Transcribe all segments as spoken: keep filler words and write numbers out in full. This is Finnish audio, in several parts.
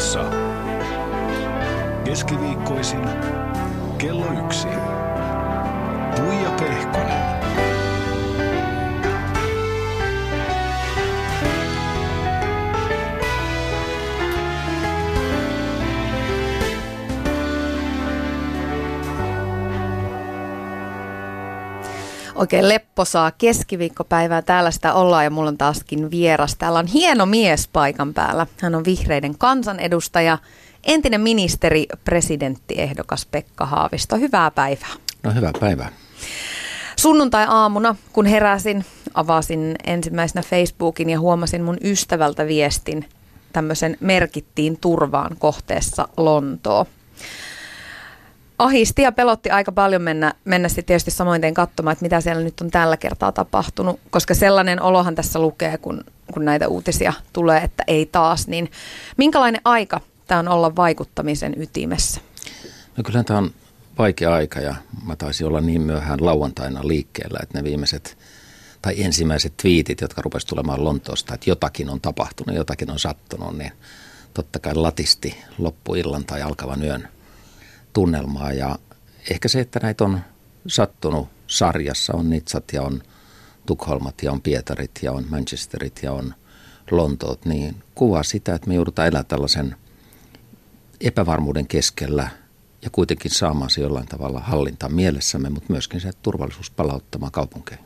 Puheessa. Keskiviikkoisin kello yksi. Tuija Pehkonen. Oikein lepposaa keskiviikkopäivää. Täällä sitä ollaan ja mulla on taaskin vieras. Täällä on hieno mies paikan päällä. Hän on vihreiden kansanedustaja, entinen ministeri, presidenttiehdokas Pekka Haavisto. Hyvää päivää. No hyvää päivää. Sunnuntai-aamuna, kun heräsin, avasin ensimmäisenä Facebookin ja huomasin mun ystävältä viestin tämmöisen merkittiin turvaan kohteessa Lontoo. Ahisti ja pelotti aika paljon mennä, mennä sitten tietysti samoin tein katsomaan, että mitä siellä nyt on tällä kertaa tapahtunut, koska sellainen olohan tässä lukee, kun, kun näitä uutisia tulee, että ei taas, niin minkälainen aika tämä on olla vaikuttamisen ytimessä? No kyllä tämä on vaikea aika ja mä taisin olla niin myöhään lauantaina liikkeellä, että ne viimeiset tai ensimmäiset twiitit, jotka rupesivat tulemaan Lontoosta, että jotakin on tapahtunut, jotakin on sattunut, niin totta kai latisti loppuillan tai alkavan yön tunnelmaa ja ehkä se, että näitä on sattunut sarjassa, on Nitsat ja on Tukholmat ja on Pietarit ja on Manchesterit ja on Lontoot, niin kuvaa sitä, että me joudutaan elämään tällaisen epävarmuuden keskellä ja kuitenkin saamaan se jollain tavalla hallintaan mielessämme, mutta myöskin se turvallisuus palauttamaan kaupunkeihin.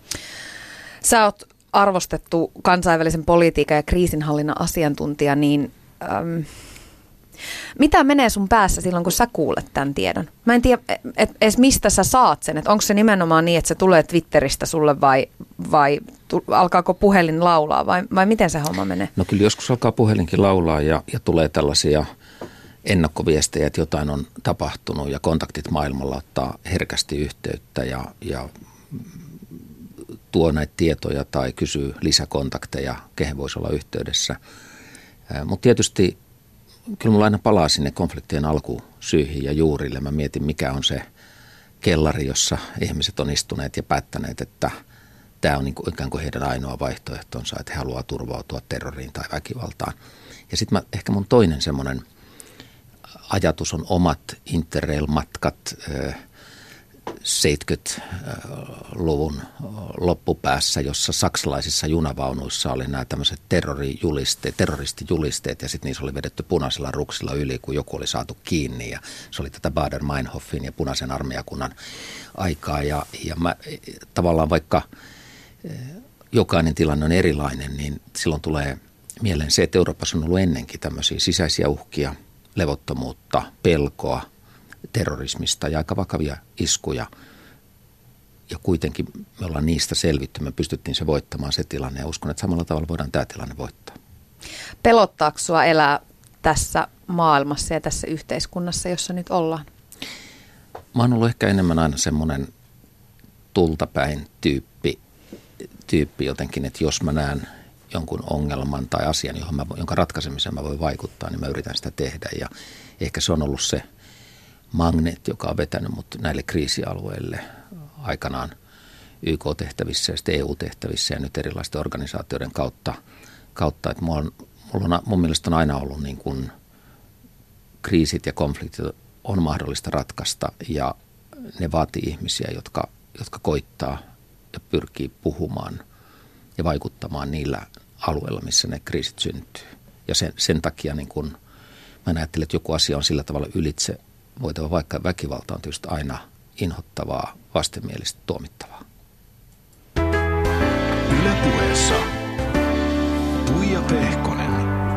Sä oot arvostettu kansainvälisen politiikan ja kriisinhallinnan asiantuntija, niin äm, mitä menee sun päässä silloin, kun sä kuulet tämän tiedon? Mä en tiedä et, edes mistä sä saat sen, että onko se nimenomaan niin, että se tulee Twitteristä sulle vai, vai tu, alkaako puhelin laulaa vai, vai miten se homma menee? No kyllä joskus alkaa puhelinkin laulaa ja, ja tulee tällaisia ennakkoviestejä, että jotain on tapahtunut ja kontaktit maailmalla ottaa herkästi yhteyttä ja, ja tuo näitä tietoja tai kysyy lisäkontakteja, kehen voisi olla yhteydessä. Mutta tietysti kyllä mulla aina palaa sinne konfliktien alkusyihin ja juurille. Mä mietin, mikä on se kellari, jossa ihmiset on istuneet ja päättäneet, että tämä on niin kuin ikään kuin heidän ainoa vaihtoehtonsa, että he haluaa turvautua terroriin tai väkivaltaan. Ja sitten ehkä mun toinen semmoinen ajatus on omat Interrail-matkat seitsemänkymmentäluvun loppupäässä, jossa saksalaisissa junavaunuissa oli nämä tämmöiset terrorijulisteet, terroristijulisteet ja sitten niissä oli vedetty punaisella ruksilla yli, kun joku oli saatu kiinni ja se oli tätä Baader-Meinhofin ja punaisen armeijakunnan aikaa ja, ja mä, tavallaan vaikka jokainen tilanne on erilainen, niin silloin tulee mieleen se, että Euroopassa on ollut ennenkin tämmöisiä sisäisiä uhkia, levottomuutta, pelkoa, terrorismista ja aika vakavia iskuja. Ja kuitenkin me ollaan niistä selvitty. Me pystyttiin se voittamaan se tilanne ja uskon, että samalla tavalla voidaan tämä tilanne voittaa. Pelottaako sua elää tässä maailmassa ja tässä yhteiskunnassa, jossa nyt ollaan? Mä oon ollut ehkä enemmän aina semmoinen tultapäin tyyppi, tyyppi jotenkin, että jos mä näen jonkun ongelman tai asian, johon mä, jonka ratkaisemiseen mä voin vaikuttaa, niin mä yritän sitä tehdä. Ja ehkä se on ollut se magneetti, joka on vetänyt mut näille kriisialueille aikanaan Y K-tehtävissä ja sitten E U-tehtävissä ja nyt erilaisten organisaatioiden kautta. kautta että mulla on, mulla on, mun mielestä on aina ollut niin kuin kriisit ja konfliktit on mahdollista ratkaista ja ne vaatii ihmisiä, jotka, jotka koittaa ja pyrkii puhumaan ja vaikuttamaan niillä alueilla, missä ne kriisit syntyy. Ja sen, sen takia niin kun mä ajattelen, että joku asia on sillä tavalla ylitse voitava, vaikka väkivalta on tietysti aina inhottavaa, vastenmielistä, tuomittavaa. Yle Puheessa Tuija Pehkonen.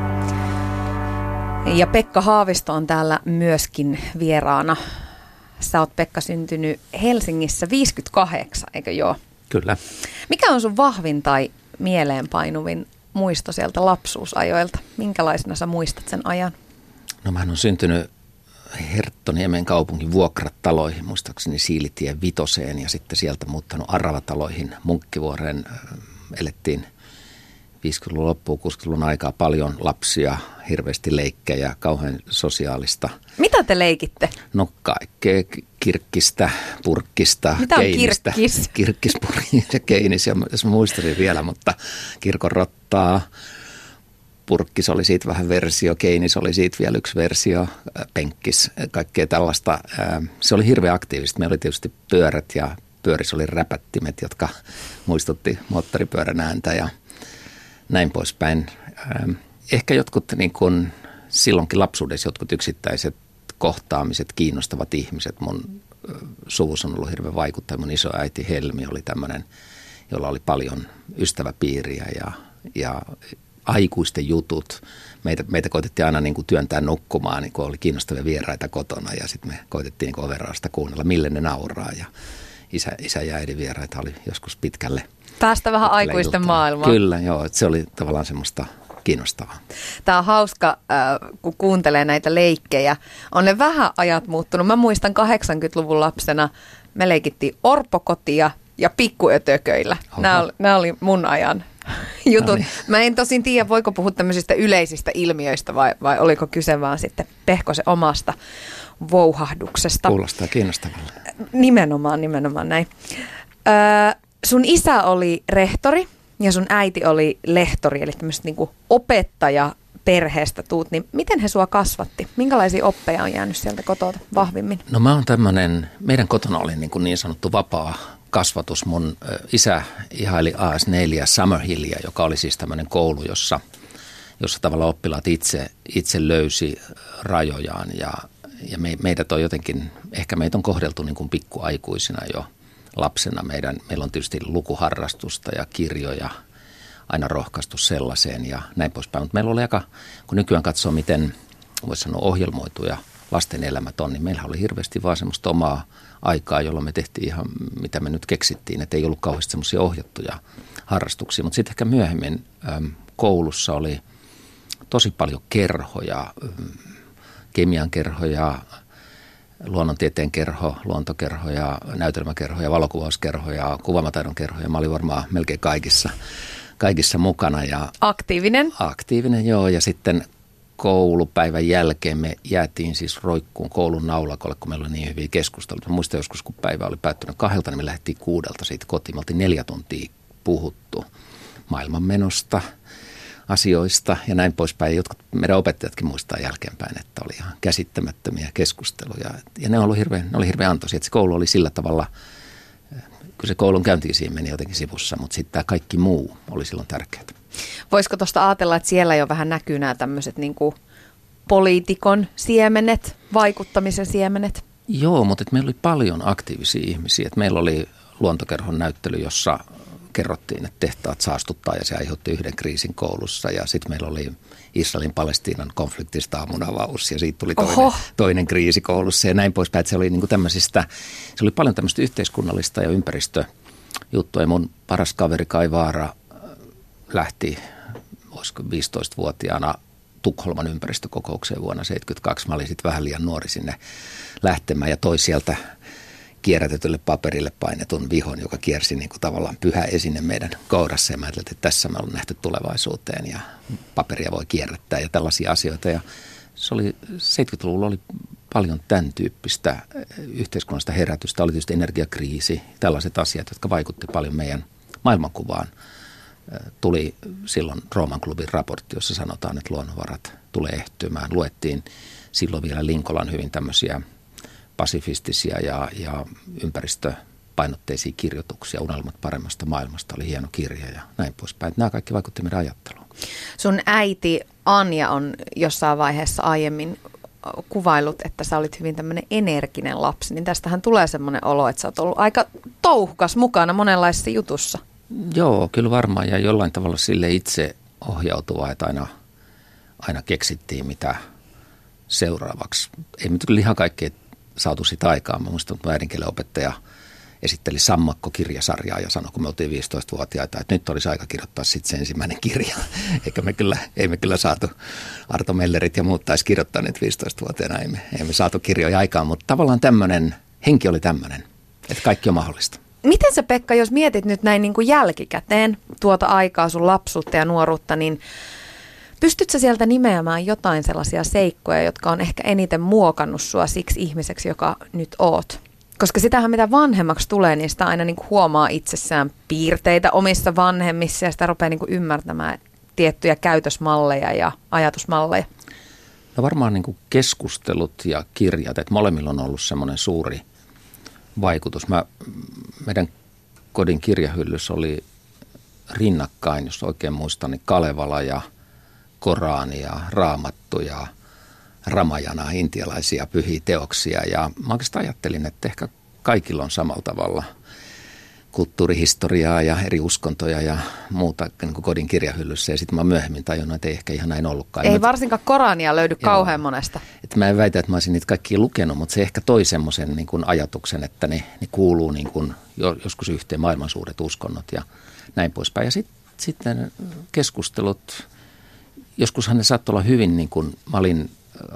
Ja Pekka Haavisto on täällä myöskin vieraana. Sä oot, Pekka, syntynyt Helsingissä viisikymmentäkahdeksan, eikö joo? Kyllä. Mikä on sun vahvin tai mieleenpainuvin muisto sieltä lapsuusajoilta? Minkälaisena sä muistat sen ajan? No mä oon syntynyt Herttoniemen kaupungin vuokrataloihin, muistaakseni Siilitien vitoseen ja sitten sieltä muuttanut Aravataloihin Munkkivuoreen. Elettiin viisikymmentäluvun loppuun, kuusikymmentäluvun aikaa paljon lapsia, hirveästi leikkejä, kauhean sosiaalista. Mitä te leikitte? No kaikkea kirkkistä, purkkista, mitä on keinistä. Kirkkis? Kirkkis, purkkis ja keinis, jos muistaisin vielä, mutta kirkon rottaa, Purkkis oli siitä vähän versio, Keynes oli siitä vielä yksi versio, Penkkis, kaikkea tällaista. Se oli hirveän aktiivista. Meillä oli tietysti pyörät ja pyörissä oli räpättimet, jotka muistutti moottoripyörän ääntä ja näin poispäin. Ehkä jotkut niin kuin silloinkin lapsuudessa jotkut yksittäiset kohtaamiset, kiinnostavat ihmiset. Mun suvussa on ollut hirveän vaikuttaja. Mun isoäiti Helmi oli tämmöinen, jolla oli paljon ystäväpiiriä ja, ja aikuisten jutut. Meitä, meitä koitettiin aina niin kuin työntää nukkumaan, niin kun oli kiinnostavia vieraita kotona ja sitten me koitettiin niin overaasta kuunnella, mille ne nauraa. Ja isä, isä ja äidin vieraita oli joskus pitkälle. Päästä vähän aikuisten maailmaan. Kyllä, joo. Se oli tavallaan semmoista kiinnostavaa. Tämä on hauska, kun kuuntelee näitä leikkejä. On ne vähän ajat muuttunut. Mä muistan kahdeksankymmentäluvun lapsena me leikittiin orpokotia ja pikkuötököillä. Nämä oli, nämä oli mun ajan jutut. No niin. Mä en tosin tiedä, voiko puhua tämmöisistä yleisistä ilmiöistä vai, vai oliko kyse vaan sitten Pehkosen omasta vouhahduksesta. Kuulostaa kiinnostavalle. Nimenomaan, nimenomaan näin. Öö, sun isä oli rehtori ja sun äiti oli lehtori, eli tämmöistä niinku opettaja perheestä tuut, niin miten he sua kasvatti? Minkälaisia oppeja on jäänyt sieltä kotota vahvimmin? No mä oon tämmöinen, meidän kotona oli niin, kuin niin sanottu vapaa kasvatus. Mun isä ihaili A S neljä Summerhillia, joka oli siis tämmöinen koulu, jossa, jossa tavallaan oppilaat itse, itse löysi rajojaan ja, ja me, meidät on jotenkin, ehkä meitä on kohdeltu niin kuin pikkuaikuisina jo lapsena. Meidän, meillä on tietysti lukuharrastusta ja kirjoja, aina rohkaistu sellaiseen ja näin poispäin. Mutta meillä oli aika, kun nykyään katsoo, miten voisi sanoa ohjelmoituja lasten elämät on, niin meillä oli hirveästi vaan semmoista omaa aikaa, jolloin me tehtiin ihan mitä me nyt keksittiin. Että ei ollut kauheasti semmoisia ohjattuja harrastuksia. Mutta sitten ehkä myöhemmin äm, koulussa oli tosi paljon kerhoja, äm, kemian kerhoja, luonnontieteen kerho, luontokerhoja, näytelmäkerhoja, valokuvauskerhoja, kuvaamataidon kerhoja. Mä olin varmaan melkein kaikissa. kaikissa mukana. Ja aktiivinen? Aktiivinen, joo. Ja sitten koulupäivän jälkeen me jäätiin siis roikkuun koulun naulakolle, kun meillä oli niin hyviä keskusteluita. Mä muistan joskus, kun päivä oli päättynyt kahdelta, niin me lähdettiin kuudelta siitä kotiin. Me oltiin neljä tuntia puhuttu maailmanmenosta, asioista ja näin poispäin. Jotkut meidän opettajatkin muistaa jälkeenpäin, että oli ihan käsittämättömiä keskusteluja. Ja ne oli hirveän, ne oli hirveän antoisia, että se koulu oli sillä tavalla. Kyllä se koulun käyntiin siinä meni jotenkin sivussa, mutta sitten tämä kaikki muu oli silloin tärkeää. Voisiko tuosta ajatella, että siellä jo vähän näkyy nämä tämmöiset niin kuin poliitikon siemenet, vaikuttamisen siemenet? Joo, mutta meillä oli paljon aktiivisia ihmisiä. Et meillä oli luontokerhon näyttely, jossa kerrottiin, että tehtaat saastuttaa ja se aiheutti yhden kriisin koulussa. Ja sitten meillä oli Israelin-Palestiinan konfliktista aamunavaus ja siitä tuli toinen, toinen kriisi koulussa ja näin poispäin. Se oli, niin kuin tämmöisistä, se oli paljon tämmöistä yhteiskunnallista ja ympäristöjuttua. Ja mun paras kaveri Kai Vaara lähti, olisiko viisitoistavuotiaana Tukholman ympäristökokoukseen vuonna seitsemänkymmentäkaksi. Mä olin sitten vähän liian nuori sinne lähtemään ja toi sieltä kierrätetylle paperille painetun vihon, joka kiersi niin kuin tavallaan pyhä esine meidän kourassa. Ja mä ajattelin, että tässä me ollaan nähty tulevaisuuteen ja paperia voi kierrättää ja tällaisia asioita. Ja se oli, seitsemänkymmentäluvulla oli paljon tämän tyyppistä yhteiskunnallista herätystä. Oli tietysti energiakriisi, tällaiset asiat, jotka vaikutti paljon meidän maailmankuvaan. Tuli silloin Rooman klubin raportti, jossa sanotaan, että luonnonvarat tulee ehtymään. Luettiin silloin vielä Linkolan hyvin tämmöisiä pasifistisia ja, ja ympäristöpainotteisia kirjoituksia. Unelmat paremmasta maailmasta oli hieno kirja ja näin poispäin. Nämä kaikki vaikutti meidän ajatteluun. Sun äiti Anja on jossain vaiheessa aiemmin kuvailut, että sä olit hyvin tämmöinen energinen lapsi. Niin tästähän tulee semmoinen olo, että sä oot ollut aika touhukas mukana monenlaisessa jutussa. Joo, kyllä varmaan ja jollain tavalla sille itse ohjautuva, että aina, aina keksittiin mitä seuraavaksi. Ei nyt kyllä ihan kaikkea saatu sitä aikaa. Mä muistan, että äidinkielen opettaja esitteli Sammakko-kirjasarjaa ja sanoi, kun me oltiin viisitoistavuotiaita, että nyt olisi aika kirjoittaa sitten se ensimmäinen kirja. Eikä me kyllä, ei me kyllä saatu, Arto Mellerit ja muut taisi kirjoittaa nyt viisitoistavuotiaana, ei me, ei me saatu kirjoja aikaan, mutta tavallaan tämmöinen, henki oli tämmöinen, että kaikki on mahdollista. Miten sä, Pekka, jos mietit nyt näin niin kuin jälkikäteen tuota aikaa, sun lapsuutta ja nuoruutta, niin pystytkö sä sieltä nimeämään jotain sellaisia seikkoja, jotka on ehkä eniten muokannut sua siksi ihmiseksi, joka nyt oot? Koska sitähän mitä vanhemmaksi tulee, niin sitä aina niin kuin huomaa itsessään piirteitä omissa vanhemmissa ja sitä rupeaa niin kuin ymmärtämään, tiettyjä käytösmalleja ja ajatusmalleja? No varmaan niin kuin keskustelut ja kirjat, että molemmilla on ollut semmoinen suuri vaikutus. Mä, meidän kodin kirjahyllys oli rinnakkain, jos oikein muistan, niin Kalevala ja Korani ja Raamattu ja Ramajana, intialaisia pyhiä teoksia. Ja mä oikeastaan ajattelin, että ehkä kaikilla on samalla tavalla kulttuurihistoriaa ja eri uskontoja ja muuta niin kuin kodin kirjahyllyssä. Ja sitten mä myöhemmin tajunnut, että ei ehkä ihan näin ollutkaan. Ei mä, varsinkaan Korania löydy joo, kauhean monesta. Että mä en väitä, että mä olisin niitä kaikkia lukenut, mutta se ehkä toi semmoisen niin kuin ajatuksen, että ne, ne kuuluu niin kuin joskus yhteen maailman suuret uskonnot ja näin poispäin. Ja sit, sitten keskustelut, joskushan ne saattoi olla hyvin, niin kuin mä olin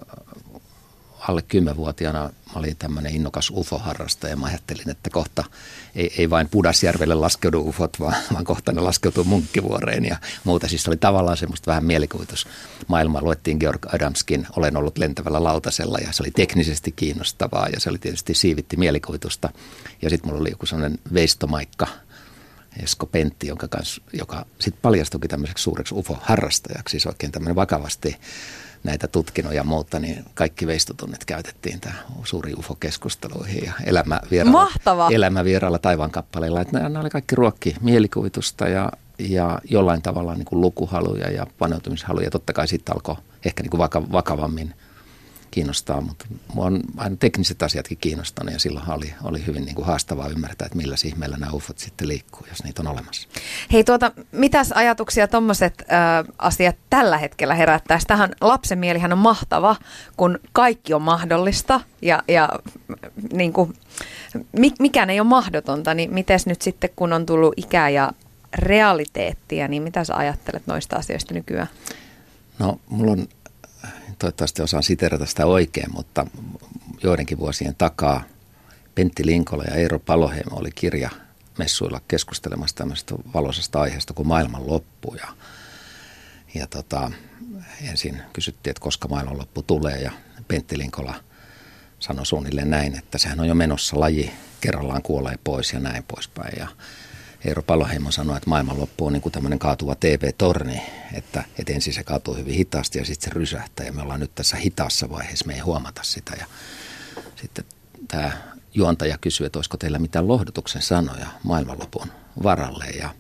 alle kymmenvuotiaana, mä olin tämmöinen innokas U F O-harrastaja ja mä ajattelin, että kohta ei, ei vain Pudasjärvelle laskeudu U F Ot, vaan, vaan kohta ne laskeutuu Munkkivuoreen ja muuta. Siis oli tavallaan semmoista vähän mielikuvitusmaailmaa. Luettiin Georg Adamskin Olen ollut lentävällä lautasella ja se oli teknisesti kiinnostavaa ja se oli tietysti siivitti mielikuvitusta. Ja sitten mulla oli joku semmoinen veistomaikka, Esko Pentti, jonka kanssa, joka sitten paljastuikin tämmöiseksi suureksi U F O-harrastajaksi, siis oikein tämmöinen vakavasti näitä tutkinut ja muuta, niin kaikki veistotunnit käytettiin tähän suuriin U F O-keskusteluihin ja elämävierailla, elämävierailla taivaankappaleilla. Että nämä oli kaikki ruokki mielikuvitusta ja, ja jollain tavalla niin kuin lukuhaluja ja paneutumishaluja. Totta kai sitten alkoi ehkä niin kuin vaka, vakavammin kiinnostaa, mutta mua on aina tekniset asiatkin kiinnostanut ja silloin oli, oli hyvin niin kuin haastavaa ymmärtää, että millä ihmeellä nämä U F Ot sitten liikkuu, jos niitä on olemassa. Hei tuota, mitäs ajatuksia tommoset äh, asiat tällä hetkellä herättää? Tähän lapsen mielihän on mahtava, kun kaikki on mahdollista ja, ja niin kuin, mikään ei ole mahdotonta, niin mites nyt sitten kun on tullut ikää ja realiteettia, niin mitä sä ajattelet noista asioista nykyään? No mulla on toivottavasti osaan siteerata sitä oikein, mutta joidenkin vuosien takaa Pentti Linkola ja Eero Paloheimo oli kirjamessuilla keskustelemassa tämmöisestä valoisesta aiheesta kuin maailmanloppu. Ja, ja tota, ensin kysyttiin, että koska maailmanloppu tulee ja Pentti Linkola sanoi suunnilleen näin, että sehän on jo menossa, laji kerrallaan kuolee pois ja näin poispäin. Ja Eero Paloheimo sanoi, että maailmanloppu on niin kuin tämmöinen kaatuva T V-torni, että, että ensin se kaatuu hyvin hitaasti ja sitten se rysähtää ja me ollaan nyt tässä hitaassa vaiheessa, me ei huomata sitä. Ja sitten tämä juontaja kysyi, että olisiko teillä mitään lohdutuksen sanoja maailmanlopun varalle ja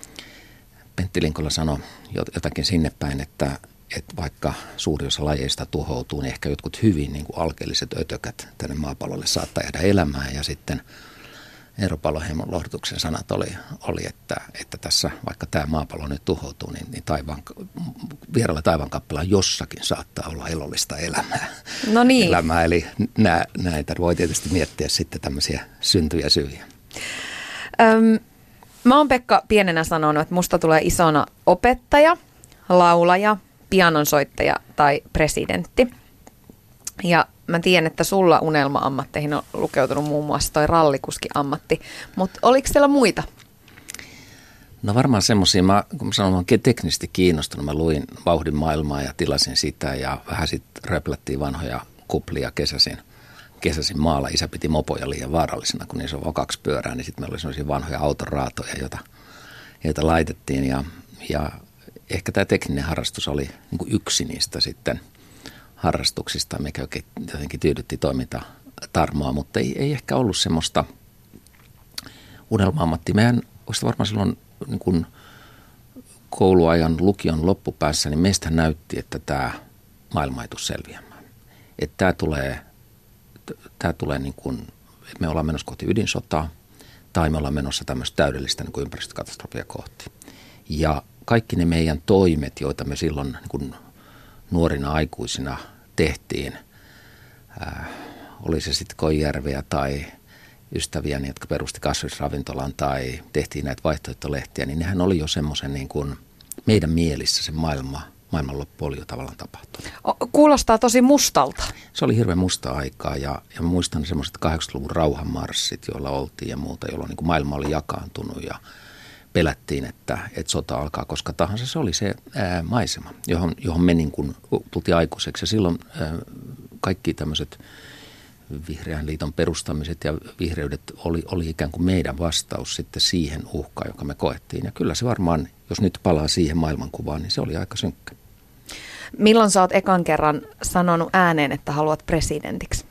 Pentti Linkola sanoi jotakin sinne päin, että, että vaikka suuri osa lajeista tuhoutuu, niin ehkä jotkut hyvin niin kuin alkeelliset ötökät tänne maapallolle saattaa jäädä elämään ja sitten Eero Paloheimon lohdutuksen sanat oli, oli että, että tässä, vaikka tämä maapallo nyt tuhoutuu, niin, niin taivaan, vierellä taivaankappaleella jossakin saattaa olla elollista elämää. No niin. Elämää, eli nä, näitä voi tietysti miettiä sitten tämmöisiä syntyjä syviä. Öm, mä oon Pekka pienenä sanonut, että musta tulee isona opettaja, laulaja, pianonsoittaja tai presidentti. Ja mä tiedän, että sulla unelma-ammatteihin on lukeutunut muun muassa toi rallikuski-ammatti, mutta oliko siellä muita? No varmaan semmoisia, mä, kun mä sanon, mä olen teknisesti kiinnostunut, mä luin Vauhdin maailmaa ja tilasin sitä ja vähän sitten röplättiin vanhoja kuplia kesäsin, kesäsin maalla. Isä piti mopoja liian vaarallisena, kun niissä on vaan kaksi pyörää, niin sitten meillä oli semmoisia vanhoja autoraatoja, joita, joita laitettiin ja, ja ehkä tämä tekninen harrastus oli niin kuin yksi niistä sitten harrastuksista, mikä jotenkin tyydytti toimintatarmoa, mutta ei, ei ehkä ollut semmoista unelma-ammattia. Mehän varmaan silloin niin kuin kouluajan lukion loppupäässä, niin meistä näytti, että tämä maailma ei tule selviämään. Että tämä tulee, tämä tulee niin kuin, että me ollaan menossa kohti ydinsotaa tai me ollaan menossa tämmöistä täydellistä niin kuin ympäristökatastrofia kohti. Ja kaikki ne meidän toimet, joita me silloin niin kuin nuorina aikuisina tehtiin, ää, oli se sitten Koijärveä tai ystäviäni, jotka perusti kasvisravintolan tai tehtiin näitä vaihtoehtolehtiä, niin nehän oli jo semmoisen niin kuin meidän mielissä se maailma, maailmanloppu oli jo tavallaan tapahtunut. Kuulostaa tosi mustalta. Se oli hirveän musta aikaa ja, ja mä muistan semmoiset kahdeksankymmentäluvun rauhanmarssit, joilla oltiin ja muuta, jolloin niin kuin maailma oli jakaantunut ja pelättiin, että, että sota alkaa koska tahansa. Se oli se ää, maisema, johon, johon me niin kuin tultiin aikuiseksi. Ja silloin ää, kaikki tämmöiset Vihreän liiton perustamiset ja vihreydet oli, oli ikään kuin meidän vastaus sitten siihen uhkaan, joka me koettiin. Ja kyllä se varmaan jos nyt palaa siihen maailmankuvaan, niin se oli aika synkkä. Milloin sä oot ekan kerran sanonut ääneen, että haluat presidentiksi?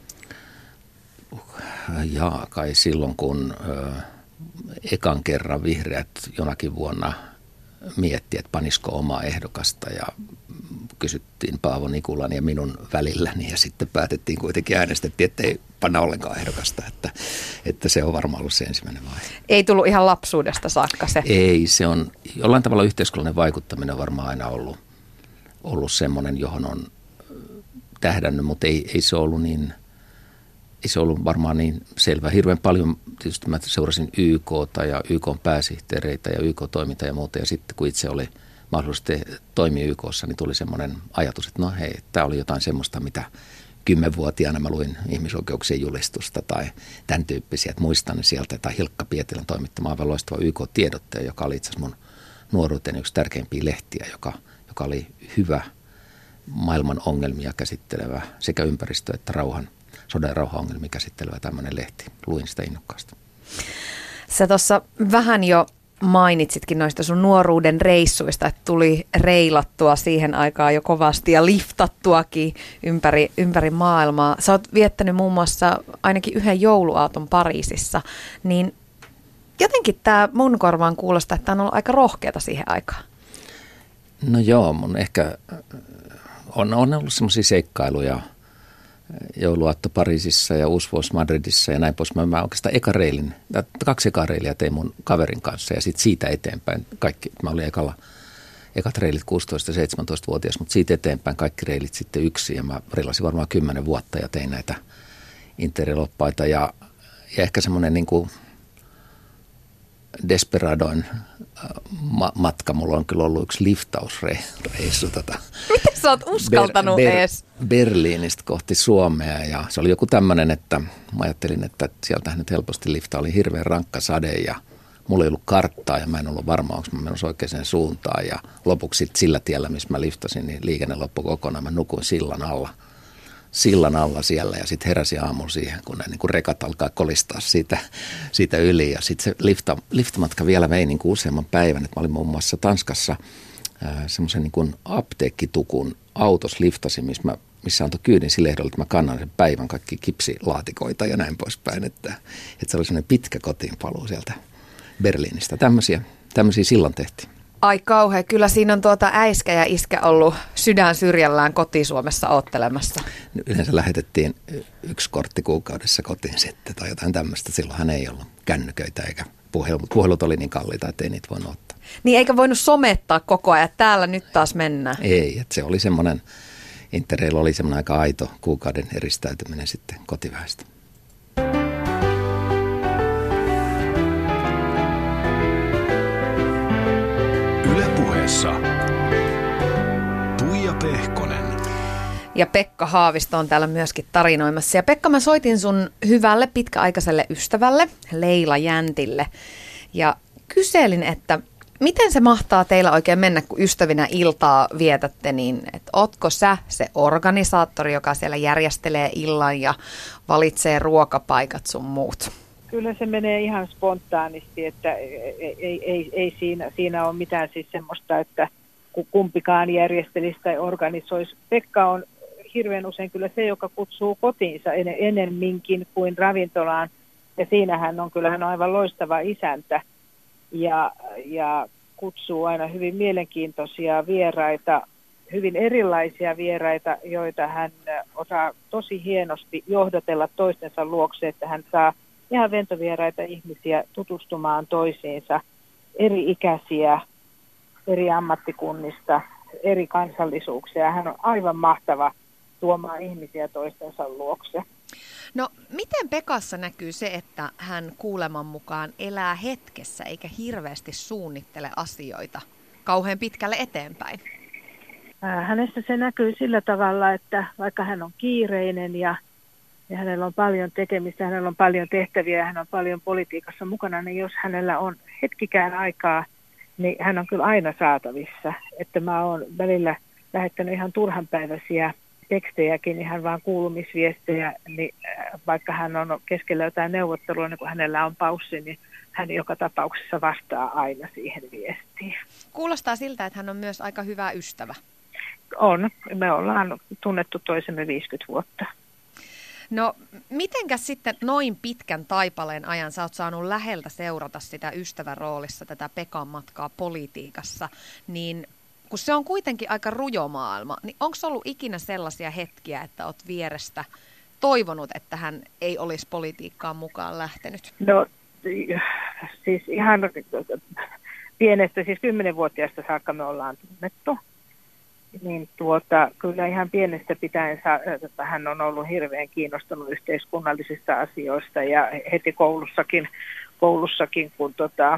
Jaa, kai silloin kun ö, ekan kerran vihreät jonakin vuonna mietti, että panisiko omaa ehdokasta ja kysyttiin Paavo Nikulan ja minun välilläni ja sitten päätettiin kuitenkin äänestettiin, että ei panna ollenkaan ehdokasta, että, että se on varmaan ollut se ensimmäinen vaihe. Ei tullut ihan lapsuudesta saakka se? Ei, se on jollain tavalla yhteiskunnallinen vaikuttaminen on varmaan aina ollut, ollut semmoinen, johon on tähdännyt, mutta ei, ei se ollut niin, ei se ollut varmaan niin selvä. Hirveän paljon tietysti mä seurasin Y K:ta ja Y K:n pääsihteereitä ja Y K-toimintaa ja muuta ja sitten kun itse oli mahdollisesti toimia Y K:ssa, niin tuli semmoinen ajatus, että no hei, tämä oli jotain semmoista, mitä kymmenvuotiaana mä luin ihmisoikeuksien julistusta tai tämän tyyppisiä, että muistan ne sieltä, tai Hilkka Pietilän toimittama aivan loistava Y K-tiedottaja, joka oli itse asiassa mun nuoruuteni yksi tärkeimpiä lehtiä, joka, joka oli hyvä maailman ongelmia käsittelevä sekä ympäristö- että rauhan, sodan ja rauhan-ongelmia käsittelevä tämmöinen lehti. Luin sitä innokkaasti. Sä tuossa vähän jo mainitsitkin noista sun nuoruuden reissuista, että tuli reilattua siihen aikaan jo kovasti ja liftattuakin ympäri, ympäri maailmaa. Sä oot viettänyt muun muassa ainakin yhden jouluaaton Pariisissa, niin jotenkin tämä mun korvaan kuulostaa, että tämä on ollut aika rohkeata siihen aikaan. No joo, mun ehkä on, on ollut semmoisia seikkailuja, jouluaatto Pariisissa ja uusi vuosi Madridissa ja näin pois. Mä, mä oikeastaan eka reilin, kaksi ekaa reilia tein mun kaverin kanssa ja sitten siitä eteenpäin kaikki, mä olin ekalla, ekat reilit kuusitoista-seitsemäntoista-vuotias, mutta siitä eteenpäin kaikki reilit sitten yksi ja mä reilasin varmaan kymmenen vuotta ja tein näitä interrailoppaita ja, ja ehkä semmoinen niin kuin Desperadoin ma- matka. Mulla on kyllä ollut yksi liftausreissu. Tota, miten sä oot uskaltanut Ber- Ber- ees? Berliinistä kohti Suomea ja se oli joku tämmöinen, että mä ajattelin, että sieltähän nyt helposti lifta oli hirveän rankka sade ja mulla ei ollut karttaa ja mä en ollut varma, onko mä menossa oikeaan suuntaan ja lopuksi sillä tiellä, missä mä liftasin, niin liikenne loppui kokonaan. Mä nukuin sillan alla. sillan alla siellä ja sitten heräsin aamulla siihen, kun ne niin kuin rekat alkaa kolistaa siitä, siitä yli. Ja sitten se lifta, liftamatka vielä vei niin kuin useamman päivän. Et mä olin muun muassa Tanskassa semmoisen niin kuin apteekkitukun autos liftasin, missä, mä, missä antoi kyydin sille ehdolle, että mä kannan sen päivän kaikki kipsilaatikoita ja näin poispäin. Että, että se oli semmoinen pitkä kotiinpaluu sieltä Berliinistä. Tämmöisiä, tämmöisiä silloin tehtiin. Ai kauhea, kyllä siinä on tuota äiskä ja iskä ollut sydän syrjällään koti-Suomessa oottelemassa. Yleensä lähetettiin yksi kortti kuukaudessa kotiin sitten tai jotain tämmöistä. Silloinhan ei ollut kännyköitä eikä puhelut. Puhelut oli niin kalliita, että ei niitä voinut ottaa. Niin eikä voinut somettaa koko ajan, että täällä nyt taas mennään. Ei, että se oli semmoinen, Interrail oli semmoinen aika aito kuukauden eristäytyminen sitten kotiväestä. Tuija Pehkonen. Ja Pekka Haavisto on täällä myöskin tarinoimassa. Ja Pekka, mä soitin sun hyvälle pitkäaikaiselle ystävälle Leila Jäntille. Ja kyselin, että miten se mahtaa teillä oikein mennä, kun ystävinä iltaa vietätte, niin että ootko sä se organisaattori, joka siellä järjestelee illan ja valitsee ruokapaikat sun muut? Kyllä se menee ihan spontaanisti, että ei, ei, ei, ei siinä, siinä ole mitään siis semmoista, että kumpikaan järjestelisi tai organisoisi. Pekka on hirveän usein kyllä se, joka kutsuu kotiinsa en, enemminkin kuin ravintolaan. Ja siinähän on kyllä hän on aivan loistava isäntä ja, ja kutsuu aina hyvin mielenkiintoisia vieraita, hyvin erilaisia vieraita, joita hän osaa tosi hienosti johdatella toistensa luokse, että hän saa ihan ventovieraita ihmisiä tutustumaan toisiinsa, eri ikäisiä, eri ammattikunnista, eri kansallisuuksia. Hän on aivan mahtava tuomaan ihmisiä toistensa luokse. No, miten Pekassa näkyy se, että hän kuuleman mukaan elää hetkessä eikä hirveästi suunnittele asioita kauhean pitkälle eteenpäin? Hänestä se näkyy sillä tavalla, että vaikka hän on kiireinen ja ja hänellä on paljon tekemistä, hänellä on paljon tehtäviä ja hän on paljon politiikassa mukana, niin jos hänellä on hetkikään aikaa, niin hän on kyllä aina saatavissa. Että mä oon välillä lähettänyt ihan turhanpäiväisiä tekstejäkin, ihan vaan kuulumisviestejä, niin vaikka hän on keskellä jotain neuvottelua, niin kun hänellä on paussi, niin hän joka tapauksessa vastaa aina siihen viestiin. Kuulostaa siltä, että hän on myös aika hyvä ystävä. On. Me ollaan tunnettu toisemme viisikymmentä vuotta. No, mitenkäs sitten noin pitkän taipaleen ajan sä oot saanut läheltä seurata sitä ystävän roolissa, tätä Pekan matkaa politiikassa, niin kun se on kuitenkin aika rujo maailma, niin onko ollut ikinä sellaisia hetkiä, että oot vierestä toivonut, että hän ei olisi politiikkaan mukaan lähtenyt? No, siis ihan pienestä, siis kymmenenvuotiaasta saakka me ollaan tunnettu. Niin tuota, kyllä ihan pienestä pitäen että hän on ollut hirveän kiinnostunut yhteiskunnallisista asioista ja heti koulussakin, koulussakin kun tota,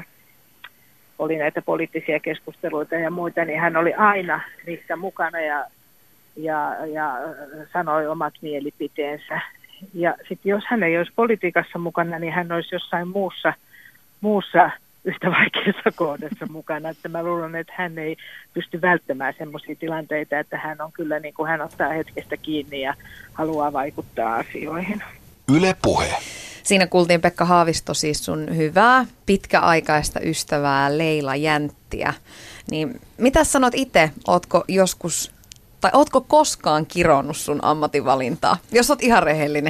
oli näitä poliittisia keskusteluita ja muita, niin hän oli aina niissä mukana ja, ja, ja sanoi omat mielipiteensä. Ja sitten jos hän ei olisi politiikassa mukana, niin hän olisi jossain muussa, muussa yhtä vaikeassa kohdassa mukana, että mä luulen, että hän ei pysty välttämään semmoisia tilanteita, että hän on kyllä niin kuin hän ottaa hetkestä kiinni ja haluaa vaikuttaa asioihin. Yle Puhe. Siinä kuultiin Pekka Haavisto, siis sun hyvää pitkäaikaista ystävää Leila Jänttiä. Niin mitä sanot itse, ootko joskus, tai ootko koskaan kironnut sun ammatinvalintaa, jos oot ihan rehellinen?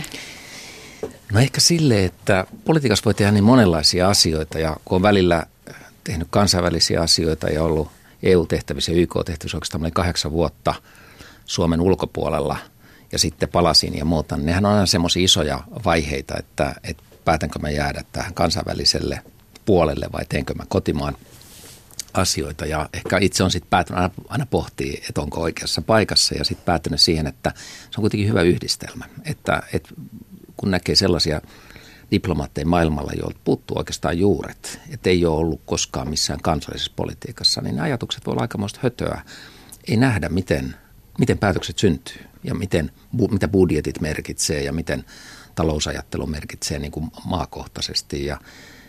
No ehkä sille, että politiikassa voi tehdä niin monenlaisia asioita ja kun on välillä tehnyt kansainvälisiä asioita ja ollut E U-tehtävissä ja Y K-tehtävissä oikeastaan kahdeksan vuotta Suomen ulkopuolella ja sitten palasin ja muuta, niin nehän on aina semmoisia isoja vaiheita, että, että päätänkö mä jäädä tähän kansainväliselle puolelle vai teenkö mä kotimaan asioita ja ehkä itse on sitten päätynyt aina, aina pohtii, että onko oikeassa paikassa ja sitten päätynyt siihen, että se on kuitenkin hyvä yhdistelmä, että, että kun näkee sellaisia diplomaatteja maailmalla, joilta puuttuu oikeastaan juuret, että ei ole ollut koskaan missään kansallisessa politiikassa, niin ajatukset voi olla aikamoista hötöä. Ei nähdä, miten, miten päätökset syntyy ja miten, mitä budjetit merkitsee ja miten talousajattelu merkitsee niin kuin maakohtaisesti. Ja,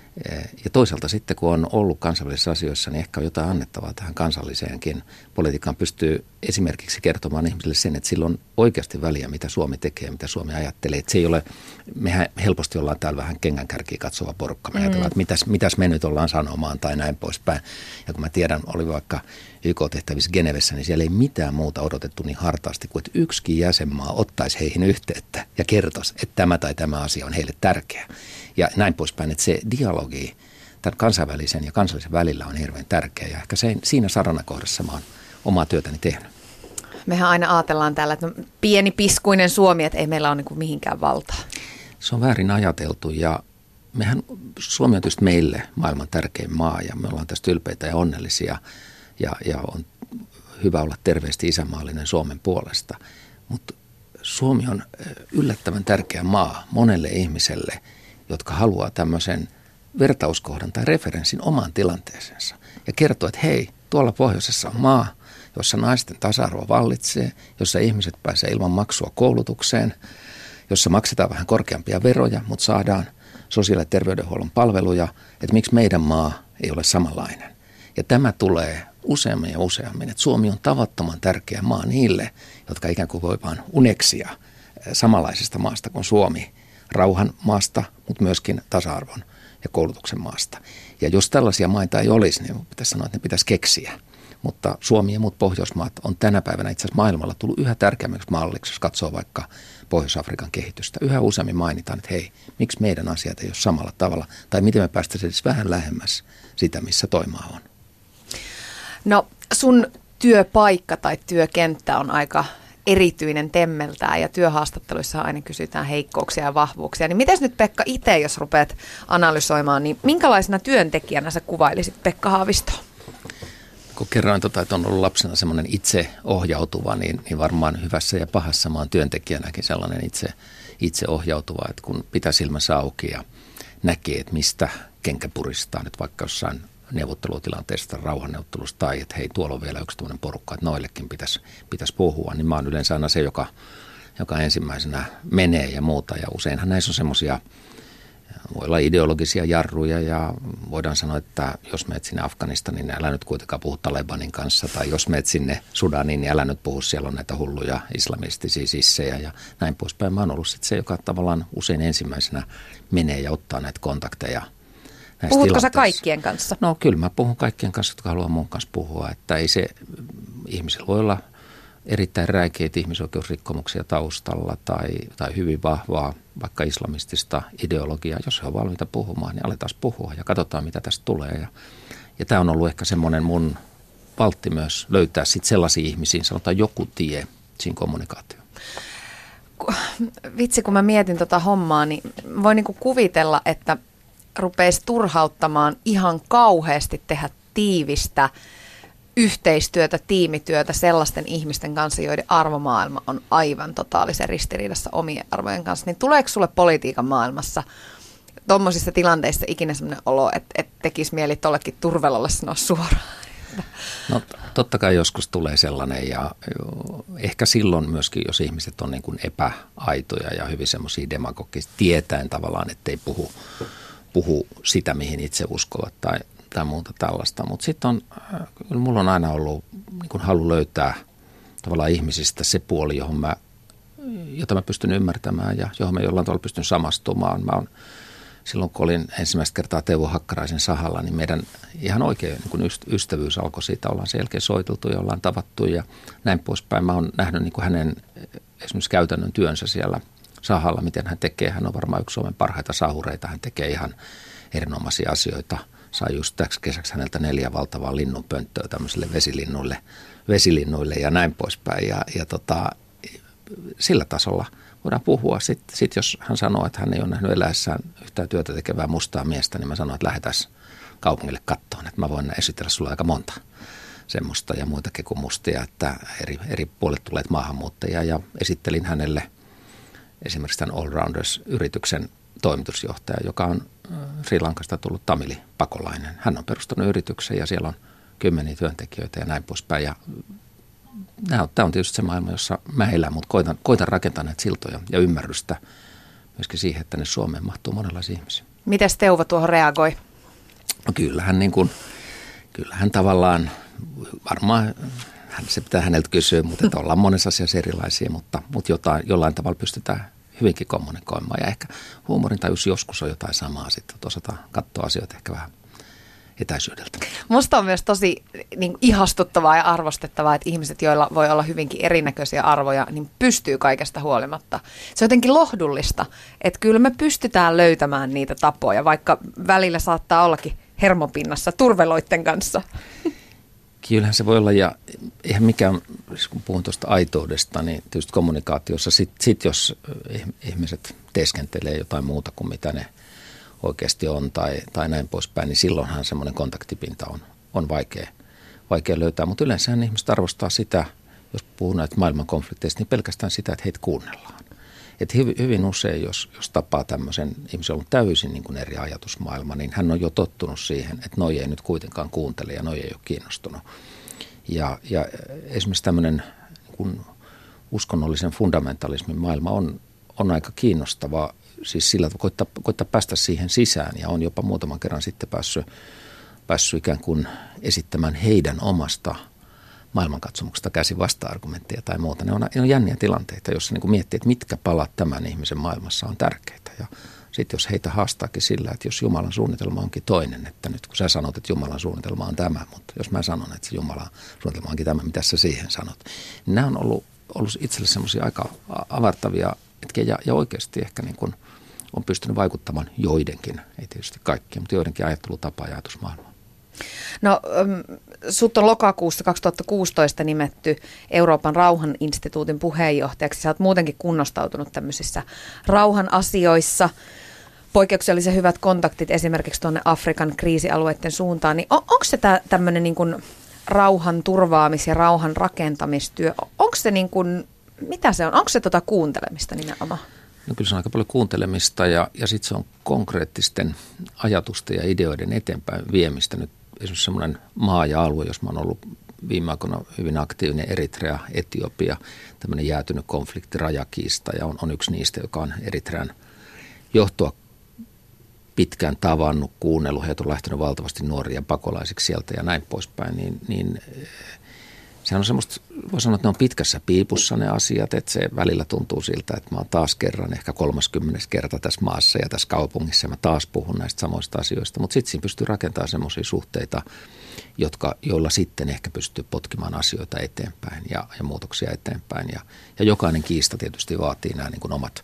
ja toisaalta sitten, kun on ollut kansainvälisissä asioissa, niin ehkä on jotain annettavaa tähän kansalliseenkin politiikkaan. Pystyy esimerkiksi kertomaan ihmisille sen, että sillä on oikeasti väliä, mitä Suomi tekee, mitä Suomi ajattelee. Että se ei ole, mehän helposti ollaan täällä vähän kengänkärkiä katsova porukka. Me mm. ajatellaan, että mitäs, mitäs me nyt ollaan sanomaan tai näin poispäin. Ja kun mä tiedän, oli vaikka Y K-tehtävissä Genevessä, niin siellä ei mitään muuta odotettu niin hartaasti kuin, että yksikin jäsenmaa ottaisi heihin yhteyttä ja kertoisi, että tämä tai tämä asia on heille tärkeä. Ja näin poispäin, että se dialogi tämän kansainvälisen ja kansallisen välillä on hirveän tärkeä. Ja ehkä se, siinä saranakohdassa mä oon omaa työtäni tehnyt. Mehän aina ajatellaan täällä, että no, pieni piskuinen Suomi, että ei meillä ole niin kuin mihinkään valtaa. Se on väärin ajateltu ja mehän, Suomi on tietysti meille maailman tärkein maa ja me ollaan tästä ylpeitä ja onnellisia ja, ja on hyvä olla terveesti isänmaallinen Suomen puolesta. Mutta Suomi on yllättävän tärkeä maa monelle ihmiselle, jotka haluaa tämmöisen vertauskohdan tai referenssin omaan tilanteeseensa ja kertoo, että hei, tuolla pohjoisessa on maa, jossa naisten tasa-arvo vallitsee, jossa ihmiset pääsee ilman maksua koulutukseen, jossa maksetaan vähän korkeampia veroja, mutta saadaan sosiaali- ja terveydenhuollon palveluja, että miksi meidän maa ei ole samanlainen. Ja tämä tulee useammin ja useammin, että Suomi on tavattoman tärkeä maa niille, jotka ikään kuin voi vain uneksia samanlaisesta maasta kuin Suomi, rauhan maasta, mutta myöskin tasa-arvon ja koulutuksen maasta. Ja jos tällaisia maita ei olisi, niin pitäisi sanoa, että ne pitäisi keksiä. Mutta Suomi ja muut Pohjoismaat on tänä päivänä itse asiassa maailmalla tullut yhä tärkeämmäksi malliksi, jos katsoo vaikka Pohjois-Afrikan kehitystä. Yhä useammin mainitaan, että hei, miksi meidän asiat ei ole samalla tavalla, tai miten me päästäisiin edes vähän lähemmäs sitä, missä toimaa on. No sun työpaikka tai työkenttä on aika erityinen temmeltään ja työhaastatteluissa aina kysytään heikkouksia ja vahvuuksia. Niin miten nyt Pekka itse, jos rupeat analysoimaan, niin minkälaisena työntekijänä sä kuvailisit Pekka Haavistoa? Kun kerroin, tota, että on ollut lapsena semmoinen itseohjautuva, niin, niin varmaan hyvässä ja pahassa mä oon työntekijänäkin sellainen itse, itseohjautuva, että kun pitää silmänsä auki ja näkee, että mistä kenkä puristaa nyt vaikka jossain neuvottelutilanteesta, rauhanneuvottelusta tai että hei, tuolla on vielä yksi tuollainen porukka, että noillekin pitäisi, pitäisi puhua, niin mä oon yleensä aina se, joka, joka ensimmäisenä menee ja muuta. Ja useinhan näissä on semmoisia Voi olla ideologisia jarruja ja voidaan sanoa, että jos menet sinne Afganistaniin, niin älä nyt kuitenkaan puhu Talebanin kanssa. Tai jos menet sinne Sudaniin, niin älä nyt puhu, siellä on näitä hulluja islamistisia sissejä ja näin poispäin. Mä oon ollut sitten se, joka tavallaan usein ensimmäisenä menee ja ottaa näitä kontakteja. Puhutko sä kaikkien kanssa? No kyllä mä puhun kaikkien kanssa, jotka haluaa mun kanssa puhua. Että ei se, ihmisillä voi olla erittäin räikeitä ihmisoikeusrikkomuksia taustalla tai, tai hyvin vahvaa vaikka islamistista ideologiaa. Jos he on valmiita puhumaan, niin aletaan puhua ja katsotaan, mitä tästä tulee. Ja, ja tämä on ollut ehkä semmoinen mun valtti myös löytää sitten sellaisia ihmisiä, sanotaan joku tie siinä kommunikaatioon. Vitsi, kun mä mietin tota hommaa, niin voin niinku kuvitella, että rupeisi turhauttamaan ihan kauheasti tehdä tiivistä yhteistyötä, tiimityötä sellaisten ihmisten kanssa, joiden arvomaailma on aivan totaalisen ristiriidassa omien arvojen kanssa. Niin tuleeko sulle politiikan maailmassa tuommoisissa tilanteissa ikinä sellainen olo, että, että tekisi mieli tollekin Turvelolle sanoa suoraan? No totta kai joskus tulee sellainen ja ehkä silloin myöskin, jos ihmiset on niin kuin epäaitoja ja hyvin semmoisia demagogisia, tietäen tavallaan, ettei puhu, puhu sitä, mihin itse uskovat tai tai muuta tällaista, mutta sitten on, kyllä mulla on aina ollut niin kun halu löytää tavallaan ihmisistä se puoli, johon mä, jota mä pystyn ymmärtämään ja johon mä jollain tavalla pystyn samastumaan. Mä on, silloin kun olin ensimmäistä kertaa Teuvo Hakkaraisen sahalla, niin meidän ihan oikein niin kun ystävyys alkoi siitä, ollaan sen jälkeen soiteltu ja ollaan tavattu ja näin poispäin. Mä oon nähnyt niin kun hänen esimerkiksi käytännön työnsä siellä sahalla, miten hän tekee. Hän on varmaan yksi Suomen parhaita sahureita, hän tekee ihan erinomaisia asioita. Sai just täksi kesäksi häneltä neljä valtavaa linnunpönttöä tämmöisille vesilinnuille, vesilinnuille ja näin poispäin. Ja, ja tota, sillä tasolla voidaan puhua. Sitten sit jos hän sanoo, että hän ei ole nähnyt eläessään yhtään työtä tekevää mustaa miestä, niin mä sanon, että lähdetään kaupungille kattoon. Että mä voin esitellä sulle aika monta semmoista ja muitakin kuin mustia, että eri, eri puolet tuleet maahanmuuttajia. Ja esittelin hänelle esimerkiksi tämän Allrounders-yrityksen toimitusjohtaja, joka on Sri Lankasta tullut tamilipakolainen. Hän on perustanut yrityksen ja siellä on kymmeniä työntekijöitä ja näin poispäin. Ja tämä on tietysti se maailma, jossa mä elän, mutta koitan, koitan rakentaa näitä siltoja ja ymmärrystä myöskin siihen, että ne Suomeen mahtuu monenlaisia ihmisiä. Mites Teuvo tuohon reagoi? No kyllähän, niin kuin, kyllähän tavallaan, varmaan se pitää häneltä kysyä, mutta että ollaan monessa asiassa erilaisia, mutta, mutta jotain, jollain tavalla pystytään hyvinkin kommunikoimaan ja ehkä huumorintajus joskus on jotain samaa sitten, että osataan katsoa asioita ehkä vähän etäisyydeltä. Musta on myös tosi niin, ihastuttavaa ja arvostettavaa, että ihmiset, joilla voi olla hyvinkin erinäköisiä arvoja, niin pystyy kaikesta huolimatta. Se on jotenkin lohdullista, että kyllä me pystytään löytämään niitä tapoja, vaikka välillä saattaa ollakin hermopinnassa turveloitten kanssa. Kyllähän se voi olla, ja eihän mikään, kun puhun tuosta aitoudesta, niin tietysti kommunikaatiossa, sitten sit jos ihmiset teeskentelee jotain muuta kuin mitä ne oikeasti on tai, tai näin poispäin, niin silloinhan semmoinen kontaktipinta on, on vaikea, vaikea löytää. Mutta yleensähän ihmiset arvostaa sitä, jos puhuu näitä maailman konflikteista, niin pelkästään sitä, että heitä kuunnellaan. Et hyvin, hyvin usein, jos, jos tapaa tämmöisen ihmisen, on täysin niin kuin eri ajatusmaailma, niin hän on jo tottunut siihen, että noi ei nyt kuitenkaan kuuntele ja noi ei ole kiinnostunut. Ja, ja esimerkiksi tämmöinen niin kuin uskonnollisen fundamentalismin maailma on, on aika kiinnostava, siis sillä, että koittaa, koittaa päästä siihen sisään ja on jopa muutaman kerran sitten päässyt, päässyt ikään kuin esittämään heidän omasta maailmankatsomuksesta käsin vasta-argumentteja tai muuta. Ne on, ne on jänniä tilanteita, joissa niin kuin miettii, että mitkä palat tämän ihmisen maailmassa on tärkeitä. Ja sitten jos heitä haastaakin sillä, että jos Jumalan suunnitelma onkin toinen, että nyt kun sä sanot, että Jumalan suunnitelma on tämä, mutta jos mä sanon, että se Jumalan suunnitelma onkin tämä, mitä sä siihen sanot. Niin nämä on ollut, ollut itselle semmoisia aika avartavia hetkiä ja, ja oikeasti ehkä niin kuin on pystynyt vaikuttamaan joidenkin, ei tietysti kaikkia, mutta joidenkin ajattelutapa ja ajatusmaailmaa. No, sut on lokakuussa kaksituhattakuusitoista nimetty Euroopan rauhaninstituutin puheenjohtajaksi. Sä oot muutenkin kunnostautunut tämmöisissä rauhan asioissa. Poikkeuksellisen hyvät kontaktit esimerkiksi tuonne Afrikan kriisialueiden suuntaan. Niin on, onko se tä, tämmöinen niin kuin rauhan turvaamis- ja rauhan rakentamistyö? Onko se niin kuin, mitä se on? Onko se tota kuuntelemista nimenomaan? No kyllä se on aika paljon kuuntelemista ja, ja sitten se on konkreettisten ajatusten ja ideoiden eteenpäin viemistä. Nyt esimerkiksi semmoinen maa ja alue, jos mä oon ollut viime aikoina hyvin aktiivinen, Eritrea, Etiopia, tämmöinen jäätynyt konflikti, rajakiista ja on, on yksi niistä, joka on Eritrean johtoa pitkään tavannut, kuunnellut, heitä on lähtenyt valtavasti nuoria pakolaisiksi sieltä ja näin poispäin, niin, niin sehän on semmoista, voi sanoa, että ne on pitkässä piipussa ne asiat, että se välillä tuntuu siltä, että mä oon taas kerran ehkä kolmaskymmenes kerta tässä maassa ja tässä kaupungissa ja mä taas puhun näistä samoista asioista, mutta sitten siinä pystyy rakentamaan semmoisia suhteita, jotka, joilla sitten ehkä pystyy potkimaan asioita eteenpäin ja, ja muutoksia eteenpäin ja, ja jokainen kiista tietysti vaatii nämä niin kuin omat,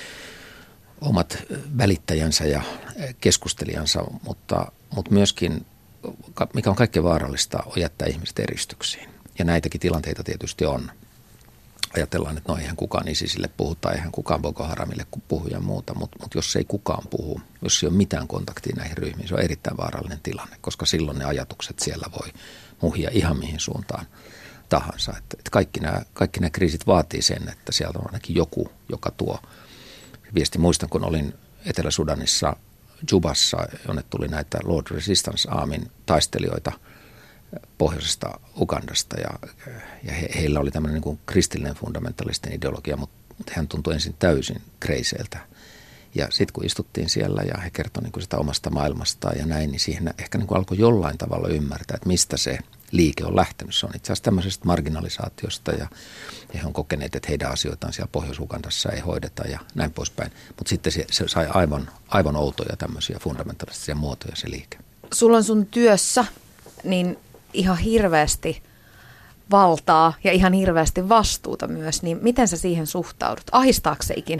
omat välittäjänsä ja keskustelijansa, mutta, mutta myöskin, mikä on kaikkein vaarallista, on jättää ihmiset eristyksiin. Ja näitäkin tilanteita tietysti on. Ajatellaan, että no eihän kukaan ISISille puhu tai eihän kukaan Boko Haramille puhu ja muuta, mutta, mutta jos ei kukaan puhu, jos ei ole mitään kontaktia näihin ryhmiin, se on erittäin vaarallinen tilanne, koska silloin ne ajatukset siellä voi muhia ihan mihin suuntaan tahansa. Että, että kaikki, nämä, kaikki nämä kriisit vaatii sen, että sieltä on ainakin joku, joka tuo viesti. Muistan, kun olin Etelä-Sudanissa Jubassa, jonne tuli näitä Lord Resistance Armyn taistelijoita pohjoisesta Ugandasta ja, ja he, heillä oli tämmöinen niin kuin kristillinen fundamentalistinen ideologia, mutta, mutta hän tuntui ensin täysin kreiseiltä. Ja sitten kun istuttiin siellä ja he kertoi niin kuin sitä omasta maailmastaan ja näin, niin siihen ehkä niin kuin alkoi jollain tavalla ymmärtää, että mistä se liike on lähtenyt. Se on itse asiassa tämmöisestä marginalisaatiosta ja he on kokeneet, että heidän asioitaan siellä Pohjois-Ugandassa ei hoideta ja näin poispäin. Mutta sitten se, se sai aivan, aivan outoja tämmöisiä fundamentalistisia muotoja se liike. Sulla on sun työssä niin ihan hirveästi valtaa ja ihan hirveästi vastuuta myös, niin miten sä siihen suhtaudut? Ahistaako se ikinä?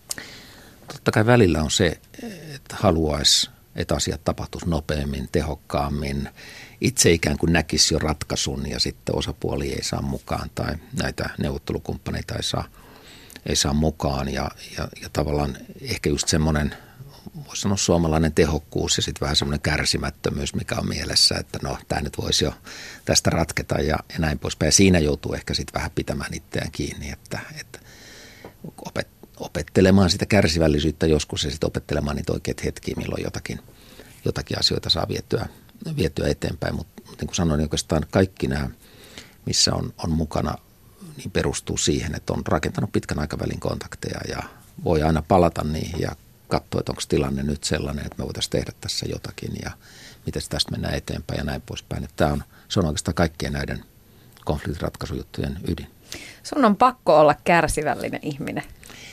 Totta kai välillä on se, että haluaisi, että asiat tapahtuisi nopeammin, tehokkaammin. Itse ikään kuin näkisi jo ratkaisun ja sitten osapuoli ei saa mukaan tai näitä neuvottelukumppaneita ei saa, ei saa mukaan. Ja, ja, ja tavallaan ehkä just semmoinen, voisi sanoa suomalainen tehokkuus ja sitten vähän semmoinen kärsimättömyys, mikä on mielessä, että no tämä nyt voisi jo tästä ratketa ja, ja näin poispäin. Ja siinä joutuu ehkä sitten vähän pitämään itseään kiinni, että, että opet, opettelemaan sitä kärsivällisyyttä joskus ja sitten opettelemaan niitä oikeita hetkiä, milloin jotakin, jotakin asioita saa vietyä, vietyä eteenpäin. Mutta niin kuin sanoin, niin oikeastaan kaikki nämä, missä on, on mukana, niin perustuu siihen, että on rakentanut pitkän aikavälin kontakteja ja voi aina palata niihin ja katsoa, että onko tilanne nyt sellainen, että me voitaisiin tehdä tässä jotakin ja miten tästä mennään eteenpäin ja näin poispäin. Että tämä on, se on oikeastaan kaikkien näiden konfliktiratkaisujuttujen ydin. Sun on pakko olla kärsivällinen ihminen.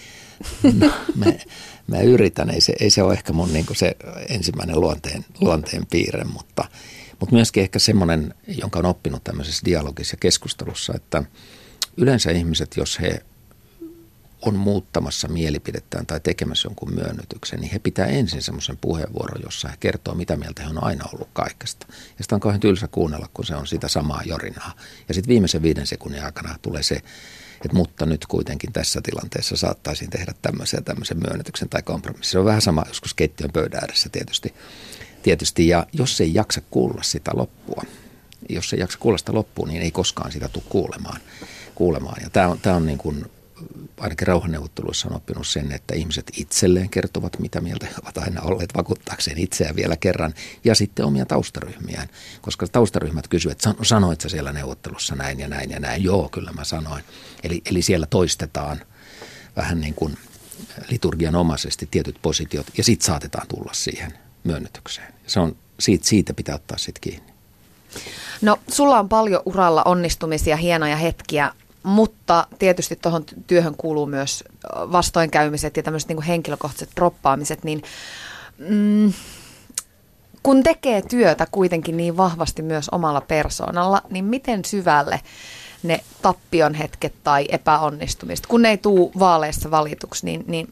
No, mä, mä yritän, ei se, ei se ole ehkä mun niin kuin se ensimmäinen luonteen, luonteen piirre, mutta, mutta myöskin ehkä semmoinen, jonka on oppinut tämmöisessä dialogissa ja keskustelussa, että yleensä ihmiset, jos he on muuttamassa mielipidettään tai tekemässä jonkun myönnytyksen, niin he pitää ensin semmoisen puheenvuoron, jossa he kertoo, mitä mieltä he on aina ollut kaikesta. Ja sitä on kauhean tylsä kuunnella, kun se on sitä samaa jorinaa. Ja sitten viimeisen viiden sekunnin aikana tulee se, että mutta nyt kuitenkin tässä tilanteessa saattaisin tehdä tämmöisen ja tämmöisen myönnytyksen tai kompromissin. Se on vähän sama joskus keittiön pöydän ääressä tietysti. tietysti. Ja jos ei jaksa kuulla sitä loppua, jos ei jaksa kuulla sitä loppua, niin ei koskaan sitä tule kuulemaan. kuulemaan. Ja tämä on, tämä on niin kuin ainakin rauhanneuvotteluissa on oppinut sen, että ihmiset itselleen kertovat, mitä mieltä he ovat aina olleet vakuuttaakseen itseään vielä kerran, ja sitten omia taustaryhmiään, koska taustaryhmät kysyvät, että sanoit sä siellä neuvottelussa näin ja näin ja näin, joo, kyllä mä sanoin. Eli, eli siellä toistetaan vähän niin kuin liturgianomaisesti tietyt positiot, ja sitten saatetaan tulla siihen myönnytykseen. Se on, siitä, siitä pitää ottaa sitten kiinni. No, sulla on paljon uralla onnistumisia, hienoja hetkiä, mutta tietysti tuohon työhön kuuluu myös vastoinkäymiset ja tämmöiset niin kuin henkilökohtaiset droppaamiset, niin mm, kun tekee työtä kuitenkin niin vahvasti myös omalla persoonalla, niin miten syvälle ne tappion hetket tai epäonnistumiset, kun ne ei tule vaaleissa valituksi, niin, niin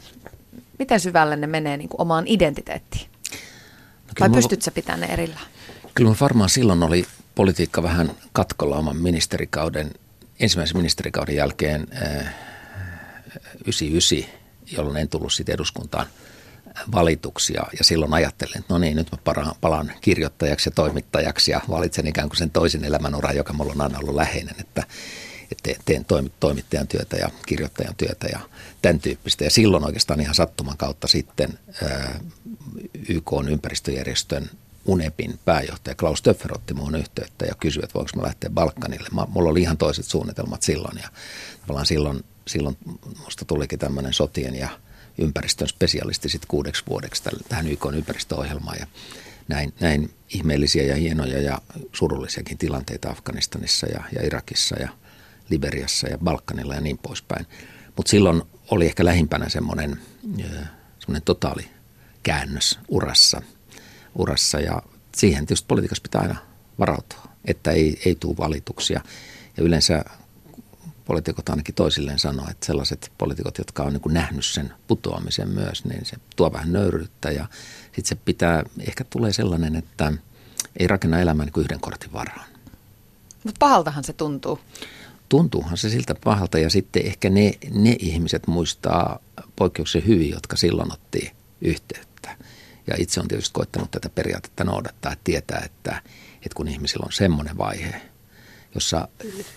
miten syvälle ne menee niin kuin omaan identiteettiin? No, vai pystytkö sä pitämään ne erillään? Kyllä varmaan silloin oli politiikka vähän katkolla oman ministerikauden ensimmäisen ministerikauden jälkeen äh, yhdeksänkymmentäyhdeksän, jolloin en tullut sitten eduskuntaan valituksi ja, ja silloin ajattelin, että no niin, nyt mä palaan, palaan kirjoittajaksi ja toimittajaksi ja valitsen ikään kuin sen toisen elämänuran, joka mulla on aina ollut läheinen, että, että teen toimittajan työtä ja kirjoittajan työtä ja tämän tyyppistä. Ja silloin oikeastaan ihan sattuman kautta sitten äh, Y K:n ympäristöjärjestön U N E Pin pääjohtaja Klaus Töpfer otti muun yhteyttä ja kysyi, että voinko mä lähteä Balkanille. Mä, mulla oli ihan toiset suunnitelmat silloin ja tavallaan silloin, silloin musta tulikin tämmöinen sotien ja ympäristön spesialisti sit kuudeksi vuodeksi tähän Y K:n ympäristöohjelmaan. Ja näin, näin ihmeellisiä ja hienoja ja surullisiakin tilanteita Afganistanissa ja, ja Irakissa ja Liberiassa ja Balkanilla ja niin poispäin. Mutta silloin oli ehkä lähimpänä semmoinen, semmoinen totaali käännös urassa, urassa ja siihen tietysti politiikassa pitää aina varautua, että ei, ei tule valituksia. Ja yleensä poliitikot ainakin toisilleen sanoo, että sellaiset poliitikot, jotka on niin kuin nähnyt sen putoamisen myös, niin se tuo vähän nöyryyttä ja sitten se pitää, ehkä tulee sellainen, että ei rakenna elämää niin kuin yhden kortin varaan. Mutta pahaltahan se tuntuu. Tuntuuhan se siltä pahalta ja sitten ehkä ne, ne ihmiset muistaa poikkeuksellisen hyvin, jotka silloin otti yhteyttä. Ja itse on tietysti koittanut tätä periaatetta noudattaa, että tietää, että, että kun ihmisillä on semmoinen vaihe, jossa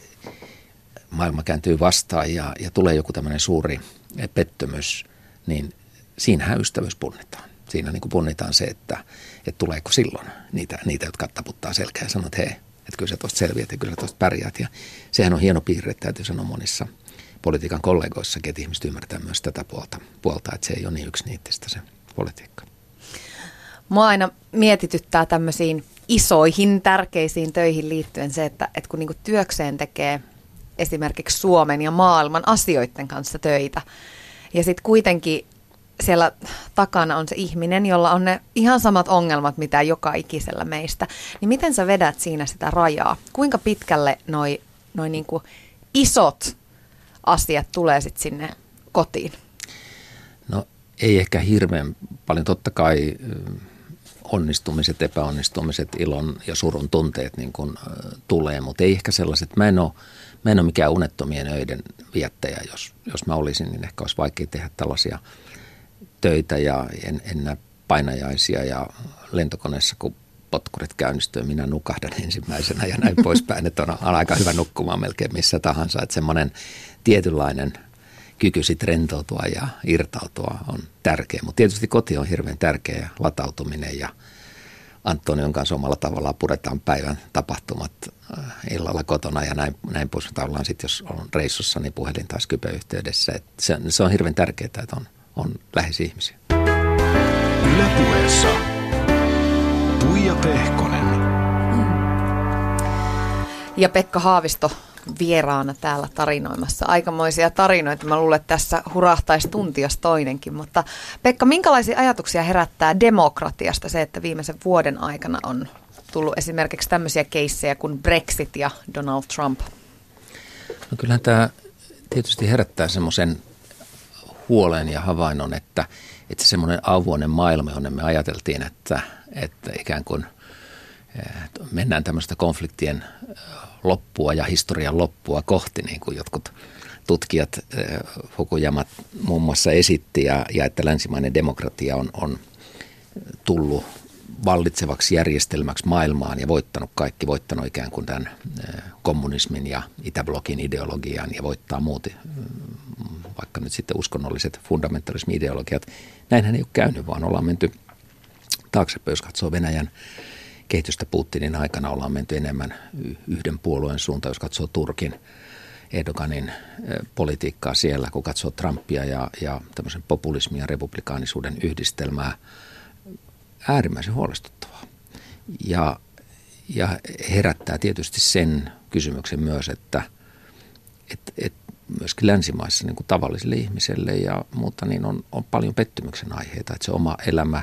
maailma kääntyy vastaan ja, ja tulee joku tämmöinen suuri pettymys, niin siinähän ystävyys punnitaan. Siinä niin kuin punnitaan se, että, että tuleeko silloin niitä, niitä jotka taputtaa selkää ja sanoo, että hei, että kyllä sä tuosta selviät ja kyllä sä tuosta pärjäät. Ja sehän on hieno piirre, täytyy sanoa monissa politiikan kollegoissakin, että ihmiset ymmärtää myös tätä puolta, puolta että se ei ole niin yksiniittistä se politiikka. Mua aina mietityttää tämmöisiin isoihin, tärkeisiin töihin liittyen se, että, että kun niinku työkseen tekee esimerkiksi Suomen ja maailman asioiden kanssa töitä ja sitten kuitenkin siellä takana on se ihminen, jolla on ne ihan samat ongelmat, mitä joka ikisellä meistä. Niin miten sä vedät siinä sitä rajaa? Kuinka pitkälle noi, noi niinku isot asiat tulee sitten sinne kotiin? No ei ehkä hirveän paljon. Totta kai onnistumiset, epäonnistumiset, ilon ja surun tunteet niin kuin tulee, mutta ei ehkä sellaiset. Mä en ole, mä en ole mikään unettomien öiden viettäjä. Jos, jos mä olisin, niin ehkä olisi vaikea tehdä tällaisia töitä ja en, en näe painajaisia ja lentokoneessa, kun potkurit käynnistyy, minä nukahdan ensimmäisenä ja näin poispäin, että on, on aika hyvä nukkumaan melkein missä tahansa, että semmoinen tietynlainen kyky sitten rentoutua ja irtautua on tärkeä, mutta tietysti koti on hirveän tärkeä ja latautuminen ja Antonion kanssa omalla tavallaan puretaan päivän tapahtumat illalla kotona ja näin, näin pois. Tavallaan sitten jos on reissussa, niin puhelin taas Skype-yhteydessä. Se, se on hirveän tärkeää, että on on läheisiä ihmisiä. Yle Puheessa Tuija Pehkonen. Ja Pekka Haavisto vieraana täällä tarinoimassa. Aikamoisia tarinoita. Mä luulen, että tässä hurahtaisi tuntias toinenkin. Mutta Pekka, minkälaisia ajatuksia herättää demokratiasta se, että viimeisen vuoden aikana on tullut esimerkiksi tämmöisiä keissejä kuin Brexit ja Donald Trump? No kyllähän tämä tietysti herättää semmoisen huolen ja havainnon, että, että semmoinen avoinen maailma, jonne me ajateltiin, että, että ikään kuin mennään tämmöistä konfliktien loppua ja historian loppua kohti, niin kuin jotkut tutkijat, Fukuyamat muun muassa esitti, ja, ja että länsimainen demokratia on, on tullut vallitsevaksi järjestelmäksi maailmaan ja voittanut kaikki, voittanut ikään kuin tämän kommunismin ja Itäblokin ideologian ja voittaa muut, vaikka nyt sitten uskonnolliset fundamentalismi-ideologiat. Näinhän ei ole käynyt, vaan ollaan menty taaksepäin, jos katsoo Venäjän kehitystä Putinin aikana, ollaan menty enemmän yhden puolueen suuntaan, jos katsoo Turkin Erdoganin politiikkaa siellä, kun katsoo Trumpia ja, ja tämmöisen populismin ja republikaanisuuden yhdistelmää, äärimmäisen huolestuttavaa. Ja, ja herättää tietysti sen kysymyksen myös, että et, et myöskin länsimaissa niin kuin tavallisille ihmisille ja muuta, niin on, on paljon pettymyksen aiheita. Että se oma elämä,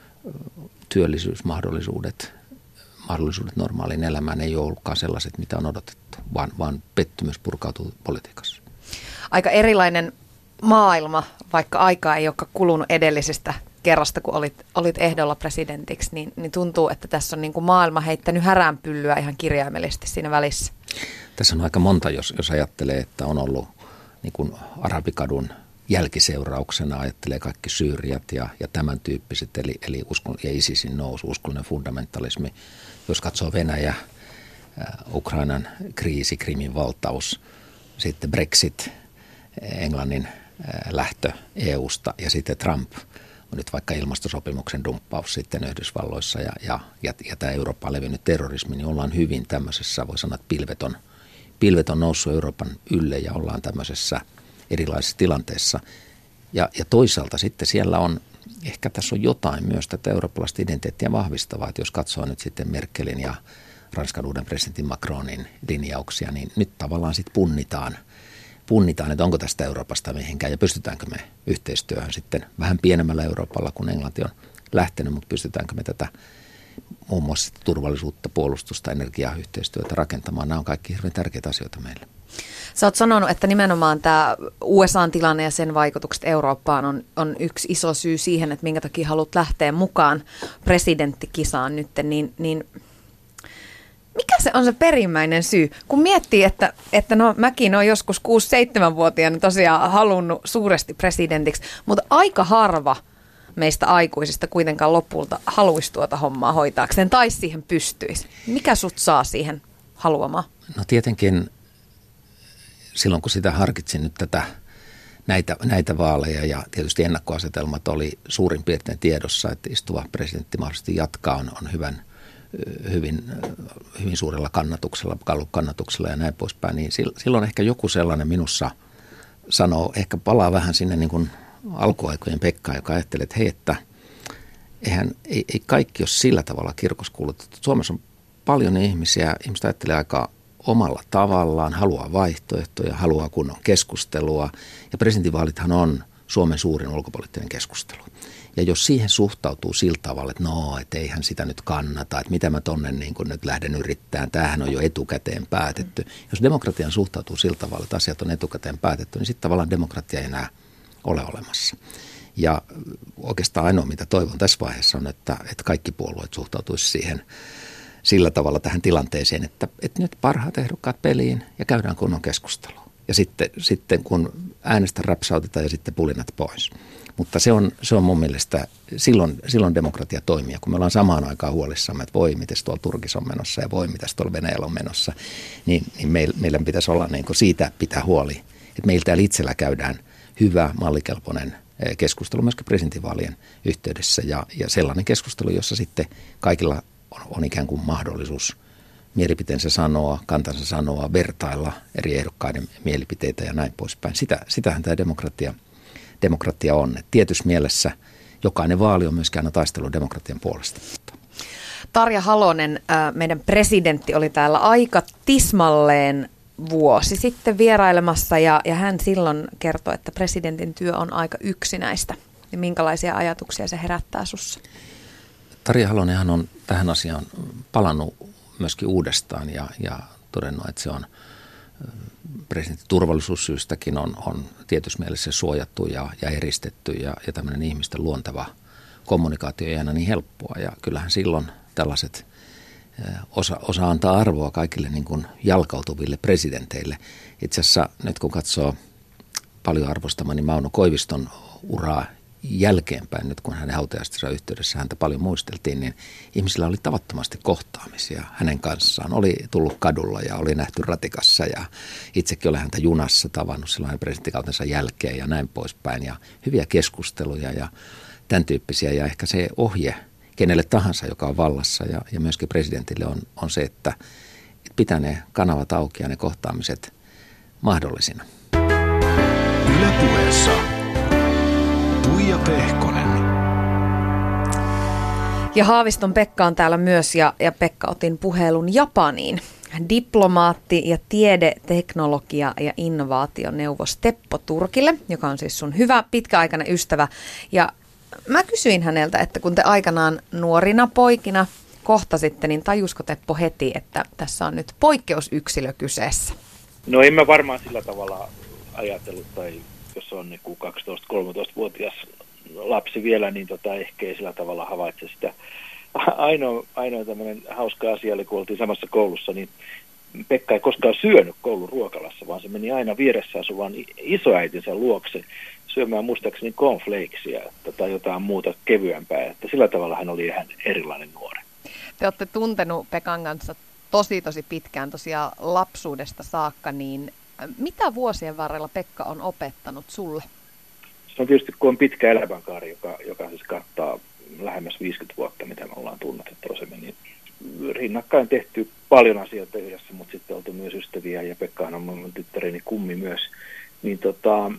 työllisyysmahdollisuudet, mahdollisuudet normaaliin elämään ei ole ollutkaan sellaiset, mitä on odotettu, vaan, vaan pettymys purkautuu politiikassa. Aika erilainen maailma, vaikka aikaa ei olekaan kulunut edellisestä kerrasta, kun olit, olit ehdolla presidentiksi, niin, niin tuntuu, että tässä on niin kuin maailma heittänyt häränpyllyä ihan kirjaimellisesti siinä välissä. Tässä on aika monta, jos, jos ajattelee, että on ollut niin kuin arabikadun jälkiseurauksena, ajattelee kaikki Syyriat ja, ja tämän tyyppiset, eli, eli uskon, ja ISISin nousu, uskonnollinen fundamentalismi. Jos katsoo Venäjä, äh, Ukrainan kriisi, Krimin valtaus, sitten Brexit, Englannin äh, lähtö E U:sta ja sitten Trump on nyt vaikka ilmastosopimuksen dumppaus sitten Yhdysvalloissa ja, ja, ja, ja tämä Eurooppaan levinnyt terrorismi, niin ollaan hyvin tämmöisessä, voi sanoa, että pilvet on, pilvet on noussut Euroopan ylle ja ollaan tämmöisessä erilaisessa tilanteessa. Ja, ja toisaalta sitten siellä on, ehkä tässä on jotain myös tätä eurooppalaista identiteettiä vahvistavaa, että jos katsoo nyt sitten Merkelin ja Ranskan uuden presidentin Macronin linjauksia, niin nyt tavallaan sitten punnitaan, punnitaan, että onko tästä Euroopasta mihinkään ja pystytäänkö me yhteistyöhön sitten vähän pienemmällä Euroopalla, kun Englanti on lähtenyt, mutta pystytäänkö me tätä muun muassa turvallisuutta, puolustusta, energiayhteistyötä rakentamaan. Nämä on kaikki hirveän tärkeitä asioita meille. Sä oot sanonut, että nimenomaan tämä U S A:n tilanne ja sen vaikutukset Eurooppaan on, on yksi iso syy siihen, että minkä takia haluat lähteä mukaan presidenttikisaan nyt, niin, niin mikä se on se perimmäinen syy? Kun miettii, että, että no mäkin olen joskus kuusi-seitsemänvuotiaana tosiaan halunnut suuresti presidentiksi, mutta aika harva meistä aikuisista kuitenkaan lopulta haluaisi tuota hommaa hoitaakseen tai siihen pystyisi. Mikä sut saa siihen haluamaan? No tietenkin silloin, kun sitä harkitsin nyt tätä, näitä, näitä vaaleja ja tietysti ennakkoasetelmat oli suurin piirtein tiedossa, että istuva presidentti mahdollisesti jatkaa, on, on hyvän, hyvin, hyvin suurella kannatuksella, kannatuksella ja näin poispäin, niin silloin ehkä joku sellainen minussa sanoo, ehkä palaa vähän sinne niin kuin alkuaikojen Pekka, joka ajattelee, että hei, että eihän, ei, ei kaikki ole sillä tavalla kirkossa kuulutettu. Suomessa on paljon ihmisiä, ihmiset ajattelee aika omalla tavallaan, haluaa vaihtoehtoja, haluaa kunnon keskustelua. Ja presidentinvaalithan on Suomen suurin ulkopoliittinen keskustelu. Ja jos siihen suhtautuu sillä tavalla, että no, että eihän sitä nyt kannata, että mitä mä tonne niin kun nyt lähden yrittämään, tämähän on jo etukäteen päätetty. Jos demokratian suhtautuu sillä tavalla, että asiat on etukäteen päätetty, niin sitten tavallaan demokratia ei enää ole olemassa. Ja oikeastaan ainoa, mitä toivon tässä vaiheessa on, että, että kaikki puolueet suhtautuisivat siihen sillä tavalla tähän tilanteeseen, että, että nyt parhaat ehdokkaat peliin ja käydään kunnon keskustelua. Ja sitten, sitten kun äänestä rapsautetaan ja sitten pulinat pois. Mutta se on, se on mun mielestä, silloin, silloin demokratia toimii. Kun me ollaan samaan aikaan huolissamme, että voi, miten tuolla Turkissa on menossa ja voi, mitä tuolla Venäjällä on menossa, niin, niin meil, meillä pitäisi olla niin kuin siitä pitää huoli, että meillä täällä itsellä käydään hyvä, mallikelpoinen keskustelu myöskin presidentinvaalien yhteydessä ja, ja sellainen keskustelu, jossa sitten kaikilla on, on ikään kuin mahdollisuus mielipiteensä sanoa, kantansa sanoa, vertailla eri ehdokkaiden mielipiteitä ja näin poispäin. Sitä, sitähän tämä demokratia, demokratia on. Et tietyssä mielessä jokainen vaali on myöskin aina taistelu demokratian puolesta. Tarja Halonen, meidän presidentti, oli täällä aika tismalleen vuosi sitten vierailemassa ja, ja hän silloin kertoi, että presidentin työ on aika yksinäistä. Ja minkälaisia ajatuksia se herättää sussa? Tarja Halonenhan on tähän asiaan palannut myöskin uudestaan ja, ja todennut, että se on presidentin turvallisuussyystäkin on, on tietyssä mielessä suojattu ja, ja eristetty ja, ja tämmöinen ihmisten luonteva kommunikaatio ei aina niin helppoa. Ja kyllähän silloin tällaiset osa, osa antaa arvoa kaikille niin kuin jalkautuville presidenteille. Itse asiassa nyt kun katsoo paljon arvostamani Mauno Koiviston uraa jälkeenpäin, nyt kun hänen hautajaistinsa yhteydessä häntä paljon muisteltiin, niin ihmisillä oli tavattomasti kohtaamisia hänen kanssaan. Oli tullut kadulla ja oli nähty ratikassa ja itsekin olen häntä junassa tavannut silloin hänen presidenttikautensa jälkeen ja näin poispäin. Ja hyviä keskusteluja ja tämän tyyppisiä ja ehkä se ohje kenelle tahansa, joka on vallassa ja, ja myöskin presidentille on, on se, että, että pitää ne kanavat auki ja ne kohtaamiset mahdollisina. Yle Puheessa Tuija Pehkonen. Ja Haaviston Pekka on täällä myös ja, ja Pekka otin puhelun Japaniin. Diplomaatti ja tiede, teknologia ja innovaationeuvos Teppo Turkille, joka on siis sun hyvä pitkäaikainen ystävä. Ja mä kysyin häneltä, että kun te aikanaan nuorina poikina kohtasitte, niin tajusko Teppo heti, että tässä on nyt poikkeusyksilö kyseessä? No en mä varmaan sillä tavalla ajatellut, tai jos on niin kuin kaksitoista-kolmetoista-vuotias lapsi vielä, niin tota ehkä ei sillä tavalla havaitse sitä. Ainoa, ainoa tämmöinen hauska asia oli, kun oltiin samassa koulussa, niin Pekka ei koskaan syönyt koulun ruokalassa, vaan se meni aina vieressä asuvan isoäitinsä luokse syömään muistaakseni cornflakesia tai jotain muuta kevyempää. Että sillä tavalla hän oli ihan erilainen nuori. Te olette tuntenut Pekan kanssa tosi tosi pitkään tosiaan lapsuudesta saakka, niin mitä vuosien varrella Pekka on opettanut sulle? Se on tietysti, kun on pitkä elämänkaari, joka, joka siis kattaa lähemmäs viisikymmentä vuotta, mitä me ollaan tunnet toisemme, niin rinnakkain tehty paljon asioita yhdessä, mutta sitten oltu myös ystäviä, ja Pekkahan on mun tyttäreni kummi myös. Niin tota,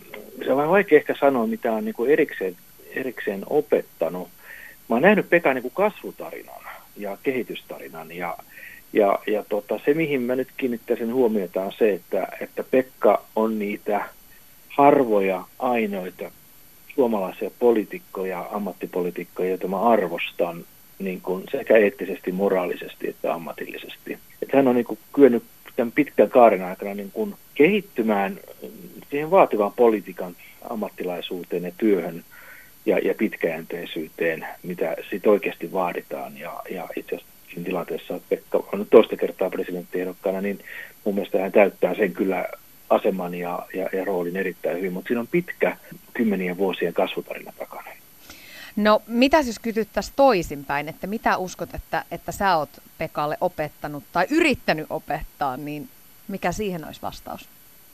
se on vähän vaikea ehkä sanoa, mitä on niin kuin erikseen, erikseen opettanut. Mä oon nähnyt Pekan niin kuin kasvutarinan ja kehitystarinan ja, ja, ja tota, se, mihin mä nyt kiinnittäisin huomiota, on se, että, että Pekka on niitä harvoja ainoita suomalaisia poliitikkoja, ammattipoliitikkoja, joita mä arvostan niin kuin sekä eettisesti, moraalisesti että ammatillisesti. Että hän on niin kuin kyennyt tämän pitkän kaaren aikana niin kuin kehittymään siihen vaativaan politiikan ammattilaisuuteen ja työhön ja, ja pitkäjänteisyyteen, mitä sitten oikeasti vaaditaan. Ja, ja itse asiassa siinä tilanteessa, että Pekka on nyt toista kertaa presidenttiehdokkaana, niin mun mielestä hän täyttää sen kyllä aseman ja, ja, ja roolin erittäin hyvin, mutta siinä on pitkä kymmenien vuosien kasvutarina takana. No mitä jos kysyttäisiin toisinpäin, että mitä uskot, että, että sä oot Pekalle opettanut tai yrittänyt opettaa, niin mikä siihen olisi vastaus?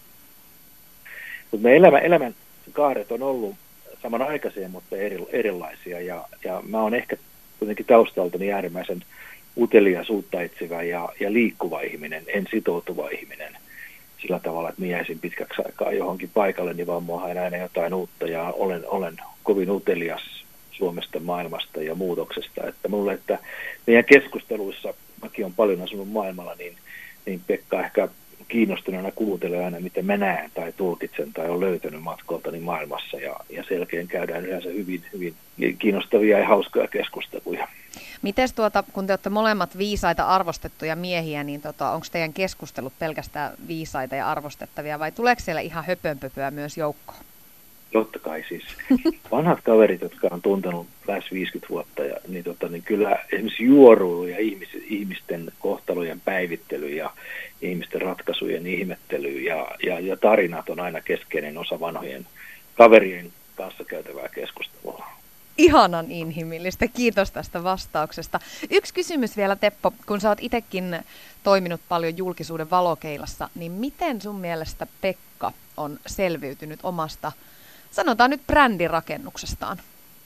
Mutta elämän, elämän kaaret on ollut samanaikaisia, mutta eri, erilaisia ja, ja mä oon ehkä kuitenkin taustaltani äärimmäisen utelias, uutta etsivä ja, ja liikkuva ihminen, en sitoutuva ihminen. Sillä tavalla, että minä jäisin pitkäksi aikaa johonkin paikalle, niin vaan mua hain aina jotain uutta ja olen, olen kovin utelias Suomesta, maailmasta ja muutoksesta. Että mulle, että meidän keskusteluissa, mäkin olen paljon asunut maailmalla, niin, niin Pekka ehkä kiinnostuneena kuuntelee aina, miten mä näen tai tulkitsen tai on löytänyt matkoltani maailmassa ja, ja selkeän käydään yleensä hyvin, hyvin kiinnostavia ja hauskoja keskusteluja. Mites tuota, kun te olette molemmat viisaita arvostettuja miehiä, niin tota, onko teidän keskustelut pelkästään viisaita ja arvostettavia vai tuleeko siellä ihan höpönpöpöä myös joukkoon? Totta kai siis. Vanhat kaverit, jotka on tuntenut lähes viisikymmentä vuotta, ja, niin, tota, niin kyllä esimerkiksi juoruilu ja ihmis, ihmisten kohtalojen päivittely ja ihmisten ratkaisujen ihmettely ja, ja, ja tarinat on aina keskeinen osa vanhojen kaverien kanssa käytävää keskustelua. Ihanan inhimillistä. Kiitos tästä vastauksesta. Yksi kysymys vielä, Teppo, kun sä oot itsekin toiminut paljon julkisuuden valokeilassa, niin miten sun mielestä Pekka on selviytynyt omasta, sanotaan nyt brändirakennuksestaan?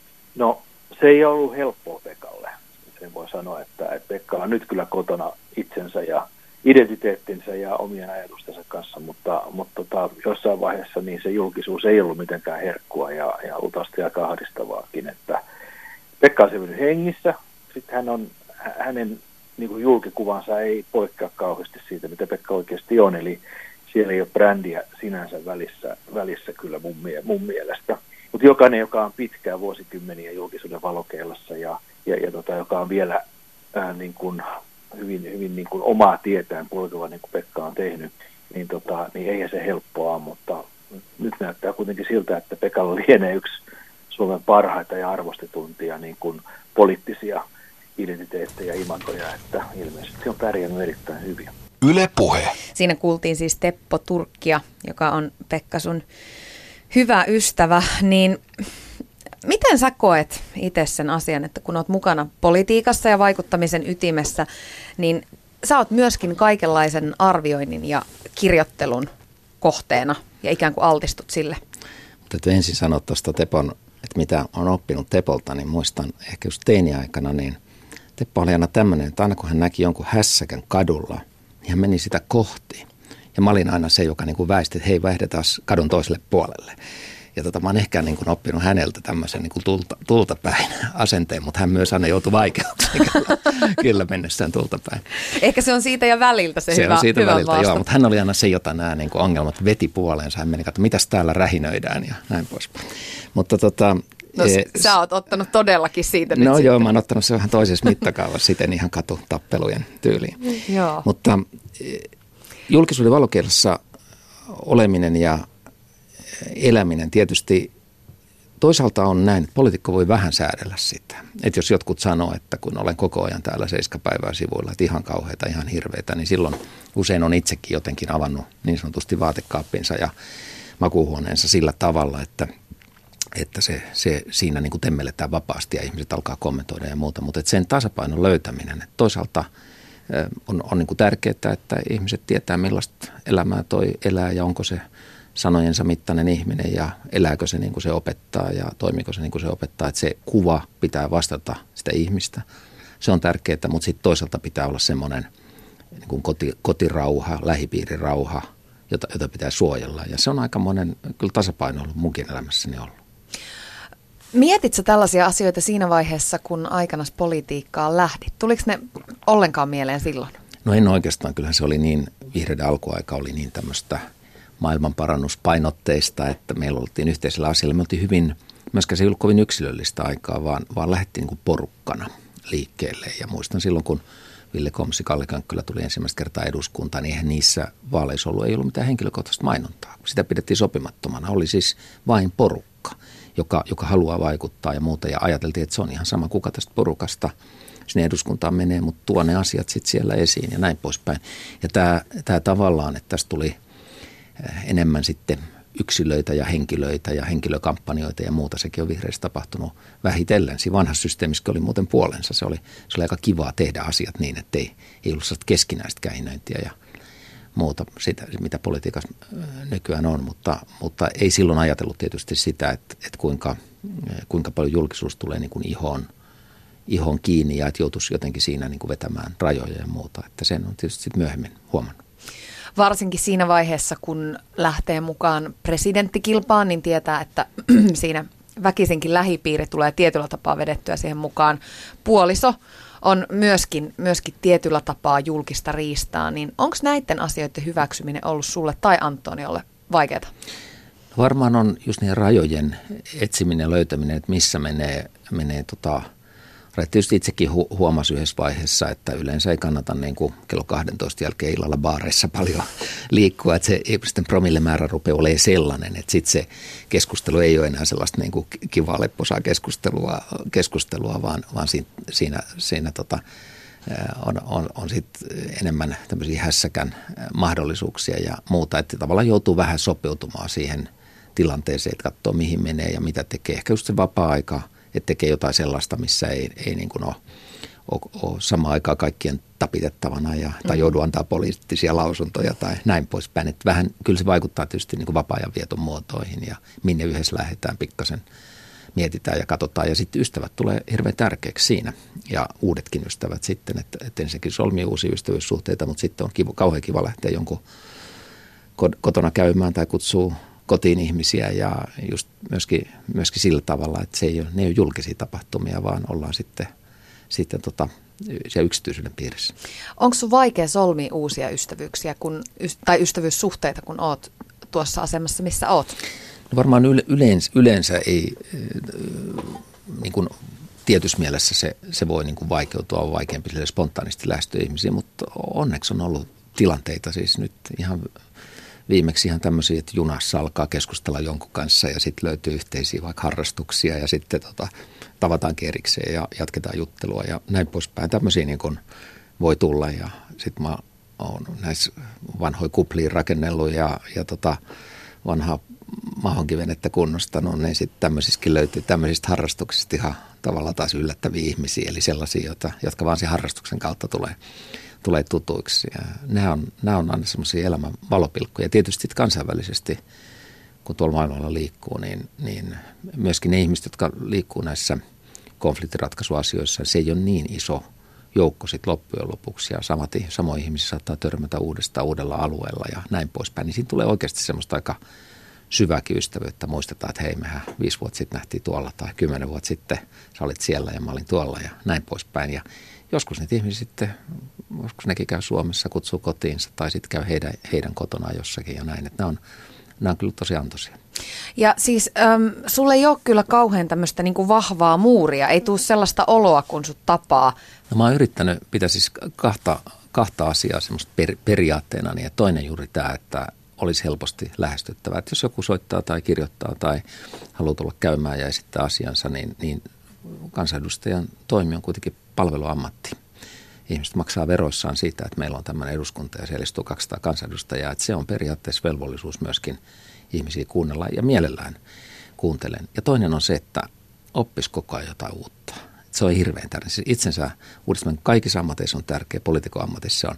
No, se ei ollut helppoa Pekalle. Sen voi sanoa, että, että Pekka on nyt kyllä kotona itsensä ja identiteettinsä ja omien ajatustensa kanssa, mutta, mutta tota, jossain vaiheessa niin se julkisuus ei ollut mitenkään herkkua ja, ja luultavasti aika ahdistavaakin, että Pekka on selvinnyt hengissä, sitten hän on, hänen niin kuin julkikuvansa ei poikkea kauheasti siitä, mitä Pekka oikeasti on, eli siellä ei ole brändiä sinänsä välissä, välissä kyllä mun, mun mielestä. Mutta jokainen, joka on pitkään vuosikymmeniä julkisuuden valokeilassa ja, ja, ja tota, joka on vielä ää, niin kuin hyvin, hyvin niin kuin omaa tietään kulkeva, niin kuin Pekka on tehnyt, niin, tota, niin eihän se helppoa, mutta nyt näyttää kuitenkin siltä, että Pekalla lienee yksi Suomen parhaita ja arvostetuntia niin kuin poliittisia identiteettejä ja imagoja, että ilmeisesti on pärjännyt erittäin hyvin. Yle Puhe. Siinä kuultiin siis Teppo Turkkia, joka on Pekka sun hyvä ystävä, niin miten sä koet itse sen asian, että kun oot mukana politiikassa ja vaikuttamisen ytimessä, niin sä oot myöskin kaikenlaisen arvioinnin ja kirjoittelun kohteena ja ikään kuin altistut sille? Täytyy ensin sanoa tuosta Tepon, että mitä on oppinut Tepolta, niin muistan ehkä just teini-aikana, niin Teppo oli aina tämmöinen, että aina kun hän näki jonkun hässäkän kadulla, niin hän meni sitä kohti. Ja mä olin aina se, joka niin kuin väisti, että hei, vaihdetaan kadun toiselle puolelle. Ja tota, mä oon ehkä niin kuin oppinut häneltä tämmöisen niin kuin tulta, tultapäin asenteen, mutta hän myös aina joutui vaikeuksiin kyllä, kyllä mennessään tultapäin. Ehkä se on siitä ja väliltä se, se hyvä, on siitä hyvä väliltä, vastaus. joo, mutta hän oli aina se, jota nämä niin kuin ongelmat veti puoleensa. Hän meni katsomaan, mitäs täällä rähinöidään ja näin pois. Mutta tota... No e, sä oot ottanut todellakin siitä nyt No sitten. joo, mä oon ottanut se vähän toisessa mittakaavassa siten ihan katutappelujen tyyliin. Joo. Mutta julkisuuden valokeilassa oleminen ja eläminen tietysti toisaalta on näin, että poliitikko voi vähän säädellä sitä. Että jos jotkut sanoo, että kun olen koko ajan täällä seiskapäivää sivuilla, että ihan kauheita, ihan hirveitä, niin silloin usein on itsekin jotenkin avannut niin sanotusti vaatekaappinsa ja makuuhuoneensa sillä tavalla, että että se, se siinä niin kuin temmelletään vapaasti ja ihmiset alkaa kommentoida ja muuta. Mutta sen tasapainon löytäminen, että toisaalta on, on niin kuin tärkeää, että ihmiset tietää millaista elämää toi elää ja onko se sanojensa mittainen ihminen ja elääkö se niin kuin se opettaa ja toimiko se niin kuin se opettaa. Että se kuva pitää vastata sitä ihmistä. Se on tärkeää, mutta sitten toisaalta pitää olla semmoinen niin kuin koti, kotirauha, lähipiirirauha, jota, jota pitää suojella. Ja se on aika monen kyllä tasapaino ollut munkin elämässäni ollut. Mietitkö tällaisia asioita siinä vaiheessa, kun aikanaan politiikkaan lähdit? Tuliko ne ollenkaan mieleen silloin? No en oikeastaan. Kyllähän se oli niin, vihreiden alkuaika oli niin tämmöistä maailmanparannuspainotteista, että meillä oltiin yhteisellä asialla. Me oltiin hyvin, myöskään se ei ollut kovin yksilöllistä aikaa, vaan, vaan lähdettiin niin kuin porukkana liikkeelle. Ja muistan silloin, kun Ville Komsi, Kalle Könkkölä tuli ensimmäistä kertaa eduskuntaan, niin eihän niissä vaaleissa ollut, ei ollut mitään henkilökohtaista mainontaa. Sitä pidettiin sopimattomana. Oli siis vain porukka, joka, joka haluaa vaikuttaa ja muuta. Ja ajateltiin, että se on ihan sama, kuka tästä porukasta sinne eduskuntaan menee, mutta tuo ne asiat sitten siellä esiin ja näin poispäin. Ja tämä, tämä tavallaan, että tästä tuli enemmän sitten yksilöitä ja henkilöitä ja henkilökampanjoita ja muuta. Sekin on vihreissä tapahtunut vähitellen. Siinä vanhassa systeemissä oli muuten puolensa. Se oli, se oli aika kivaa tehdä asiat niin, että ei, ei ollut sellaista keskinäistä kähinöintiä ja muuta, sitä, mitä politiikassa nykyään on. Mutta, mutta ei silloin ajatellut tietysti sitä, että, että kuinka, kuinka paljon julkisuus tulee niin kuin ihoon, ihoon kiinni ja että joutuisi jotenkin siinä niin kuin vetämään rajoja ja muuta. Että sen on tietysti sitten myöhemmin huomannut. Varsinkin siinä vaiheessa, kun lähtee mukaan presidenttikilpaan, niin tietää, että siinä väkisinkin lähipiiri tulee tietyllä tapaa vedettyä siihen mukaan. Puoliso on myöskin, myöskin tietyllä tapaa julkista riistaa, niin onko näiden asioiden hyväksyminen ollut sulle tai Antoniolle vaikeaa? Varmaan on just niiden rajojen etsiminen ja löytäminen, että missä menee, menee tota, tietysti itsekin hu- huomasi yhdessä vaiheessa, että yleensä ei kannata niin kuin kello kahdentoista jälkeen illalla baareissa paljon liikkua, että se sitten promillemäärä rupeaa olemaan sellainen, että sitten se keskustelu ei ole enää sellaista niin kuin kivaa lepposaa keskustelua, keskustelua vaan, vaan siinä, siinä, siinä tota, on, on, on sitten enemmän tämmöisiä hässäkän mahdollisuuksia ja muuta, että tavallaan joutuu vähän sopeutumaan siihen tilanteeseen, että katsoo mihin menee ja mitä tekee. Ehkä just se vapaa-aika, että tekee jotain sellaista, missä ei, ei niin kuin ole, ole, ole samaan aikaan kaikkien tapitettavana ja, tai joudu antaa poliittisia lausuntoja tai näin poispäin. Että vähän, kyllä se vaikuttaa tietysti niin kuin vapaa-ajan vieton muotoihin ja minne yhdessä lähdetään pikkasen mietitään ja katsotaan. Ja sitten ystävät tulee hirveän tärkeäksi siinä ja uudetkin ystävät sitten, että, että ensinnäkin solmii uusia ystävyyssuhteita, mutta sitten on kiva, kauhean kiva lähteä jonkun kotona käymään tai kutsuu kotiin ihmisiä ja just myöskin, myöskin sillä tavalla, että se ei ole, ne ei ole julkisia tapahtumia, vaan ollaan sitten, sitten tota, siellä yksityisyyden piirissä. Onko sun vaikea solmia uusia ystävyyksiä kun, tai ystävyyssuhteita, kun oot tuossa asemassa, missä oot? No varmaan yleensä, yleensä ei, niin kuin tietyssä mielessä se, se voi niin kuin vaikeutua, on vaikeampi spontaanisti lähestyä ihmisiä, mutta onneksi on ollut tilanteita siis nyt ihan viimeksi ihan tämmöisiä, että junassa alkaa keskustella jonkun kanssa ja sitten löytyy yhteisiä vaikka harrastuksia ja sitten tota, tavataankin erikseen ja jatketaan juttelua ja näin poispäin. Tämmöisiä niin kuin voi tulla ja sitten mä oon näissä vanhoja kuplia rakennellut ja, ja tota, vanhaa mahonkivenettä kunnostanut, niin sitten tämmöisissäkin löytyy tämmöisistä harrastuksista ihan tavallaan taas yllättäviä ihmisiä, eli sellaisia, joita, jotka vaan sen harrastuksen kautta tulee. tulee tutuiksi. Ja nämä on, nämä on aina semmoisia elämän valopilkkuja. Tietysti kansainvälisesti, kun tuolla maailmalla liikkuu, niin, niin myöskin ne ihmiset, jotka liikkuu näissä konfliktiratkaisuasioissa, se ei ole niin iso joukko sitten loppujen lopuksi. Ja samat, samoja ihmisiä saattaa törmätä uudestaan uudella alueella ja näin poispäin. Niin siinä tulee oikeasti semmoista aika syvääkin ystävyyttä. Muistetaan, että hei, mehän viisi vuotta sitten nähtiin tuolla tai kymmenen vuotta sitten sä olit siellä ja mä olin tuolla ja näin poispäin. Ja joskus niitä ihmisiä sitten, joskus nekin käy Suomessa, kutsuu kotiinsa tai sitten käy heidän, heidän kotonaan jossakin ja näin. Että nämä on, nämä on kyllä tosi antoisia. Ja siis äm, sulle ei ole kyllä kauhean tämmöistä niin kuin vahvaa muuria, ei tule sellaista oloa, kun sut tapaa. No mä oon yrittänyt pitää siis kahta, kahta asiaa semmoista per, periaatteena, niin ja toinen juuri tämä, että olisi helposti lähestyttävää. Että jos joku soittaa tai kirjoittaa tai haluaa tulla käymään ja esittää asiansa, niin, niin kansanedustajan toimi on kuitenkin palveluammatti. Ihmiset maksaa veroissaan siitä, että meillä on tämmöinen eduskunta ja siellä istuu kaksisataa kansanedustajaa. Että se on periaatteessa velvollisuus myöskin ihmisiä kuunnella ja mielellään kuuntelen. Ja toinen on se, että oppisi koko ajan jotain uutta. Että se on hirveän tärkeää. Siis itsensä uudestaan kaikissa ammateissa on tärkeä, poliitikon ammatissa se on.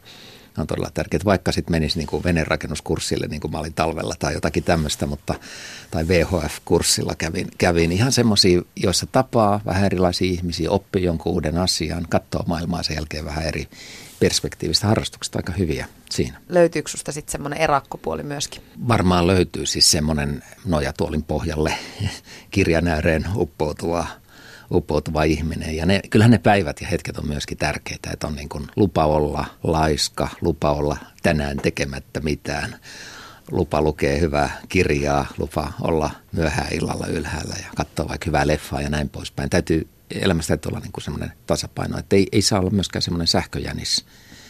on todella tärkeää, vaikka sitten menisi niin kuin veneenrakennuskurssille, niin kuin mä olin talvella tai jotakin tämmöistä, mutta, tai V H F-kurssilla kävin, kävin ihan semmoisia, joissa tapaa vähän erilaisia ihmisiä, oppii jonkun uuden asian, katsoo maailmaa sen jälkeen vähän eri perspektiivistä, harrastukset aika hyviä siinä. Löytyykö susta sitten semmoinen erakkopuoli myöskin? Varmaan löytyy siis semmoinen nojatuolin pohjalle kirjan ääreen uppoutuva, uppoutuva ihminen. Ja ne, kyllähän ne päivät ja hetket on myöskin tärkeitä, että on niin kuin lupa olla laiska, lupa olla tänään tekemättä mitään, lupa lukea hyvää kirjaa, lupa olla myöhään illalla ylhäällä ja katsoa vaikka hyvää leffaa ja näin poispäin. Täytyy elämässä täytyy olla niin kuin semmoinen tasapaino, että ei, ei saa olla myöskään semmoinen sähköjänis.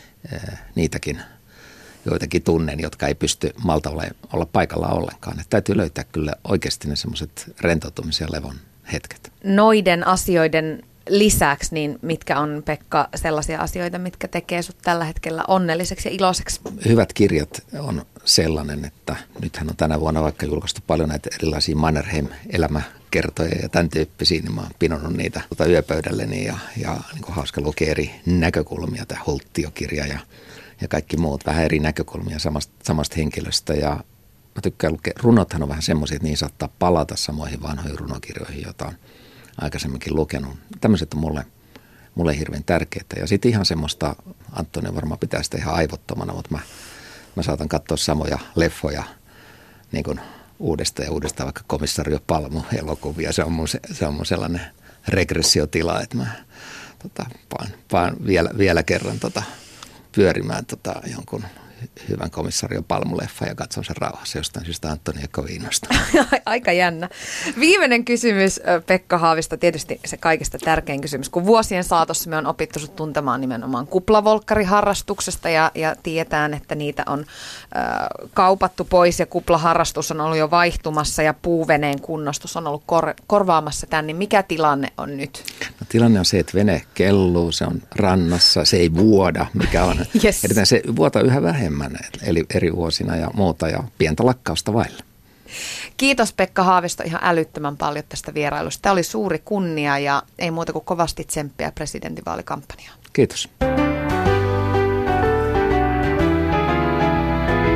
Niitäkin joitakin tunnen, jotka ei pysty malta olla, olla paikalla ollenkaan. Että täytyy löytää kyllä oikeasti ne semmoiset rentoutumisen ja levon hetket. Noiden asioiden lisäksi, niin mitkä on, Pekka, sellaisia asioita, mitkä tekee sut tällä hetkellä onnelliseksi ja iloiseksi? Hyvät kirjat on sellainen, että nythän on tänä vuonna vaikka julkaistu paljon näitä erilaisia Mannerheim-elämäkertoja ja tämän tyyppisiä, niin mä oon pinonnut niitä tuota yöpöydälleni ja, ja niin kuin hauska lukea eri näkökulmia, tämä Hulttio-kirja ja, ja kaikki muut, vähän eri näkökulmia samasta, samasta henkilöstä ja mä tykkään lukea, runothan on vähän semmoisia, että niin saattaa palata samoihin vanhoihin runokirjoihin, joita on aikaisemminkin lukenut. Tämmöiset on mulle, mulle hirveän tärkeitä. Ja sitten ihan semmoista, Anttonia varmaan pitää sitä ihan aivottomana, mutta mä, mä saatan katsoa samoja leffoja niin kuin uudestaan ja uudestaan vaikka Komissario Palmu-elokuvia. Se on mun, se, se on mun sellainen regressiotila, että mä tota, paan, paan vielä, vielä kerran tota, pyörimään tota, jonkun hyvän Komissario Palmu-leffa ja katson sen rauhassa. Jostain syystä Anttonia kovin innostaa. Aika jännä. Viimeinen kysymys, Pekka Haavisto, tietysti se kaikista tärkein kysymys. Kun vuosien saatossa me on opittu sut tuntemaan nimenomaan kuplavolkkariharrastuksesta ja, ja tiedetään, että niitä on äh, kaupattu pois ja kuplaharrastus on ollut jo vaihtumassa ja puuveneen kunnostus on ollut kor- korvaamassa tämän, niin mikä tilanne on nyt? No, tilanne on se, että vene kelluu, se on rannassa, se ei vuoda, mikä on. Yes. Edetään se vuotaa yhä vähemmän. Eli eri vuosina ja muuta ja pientä lakkausta vailla. Kiitos Pekka Haavisto ihan älyttömän paljon tästä vierailusta. Tämä oli suuri kunnia ja ei muuta kuin kovasti tsemppiä presidentinvaalikampanjaan. Kiitos.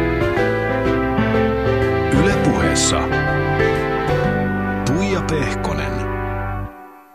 Yle Puheessa Tuija Pehkonen.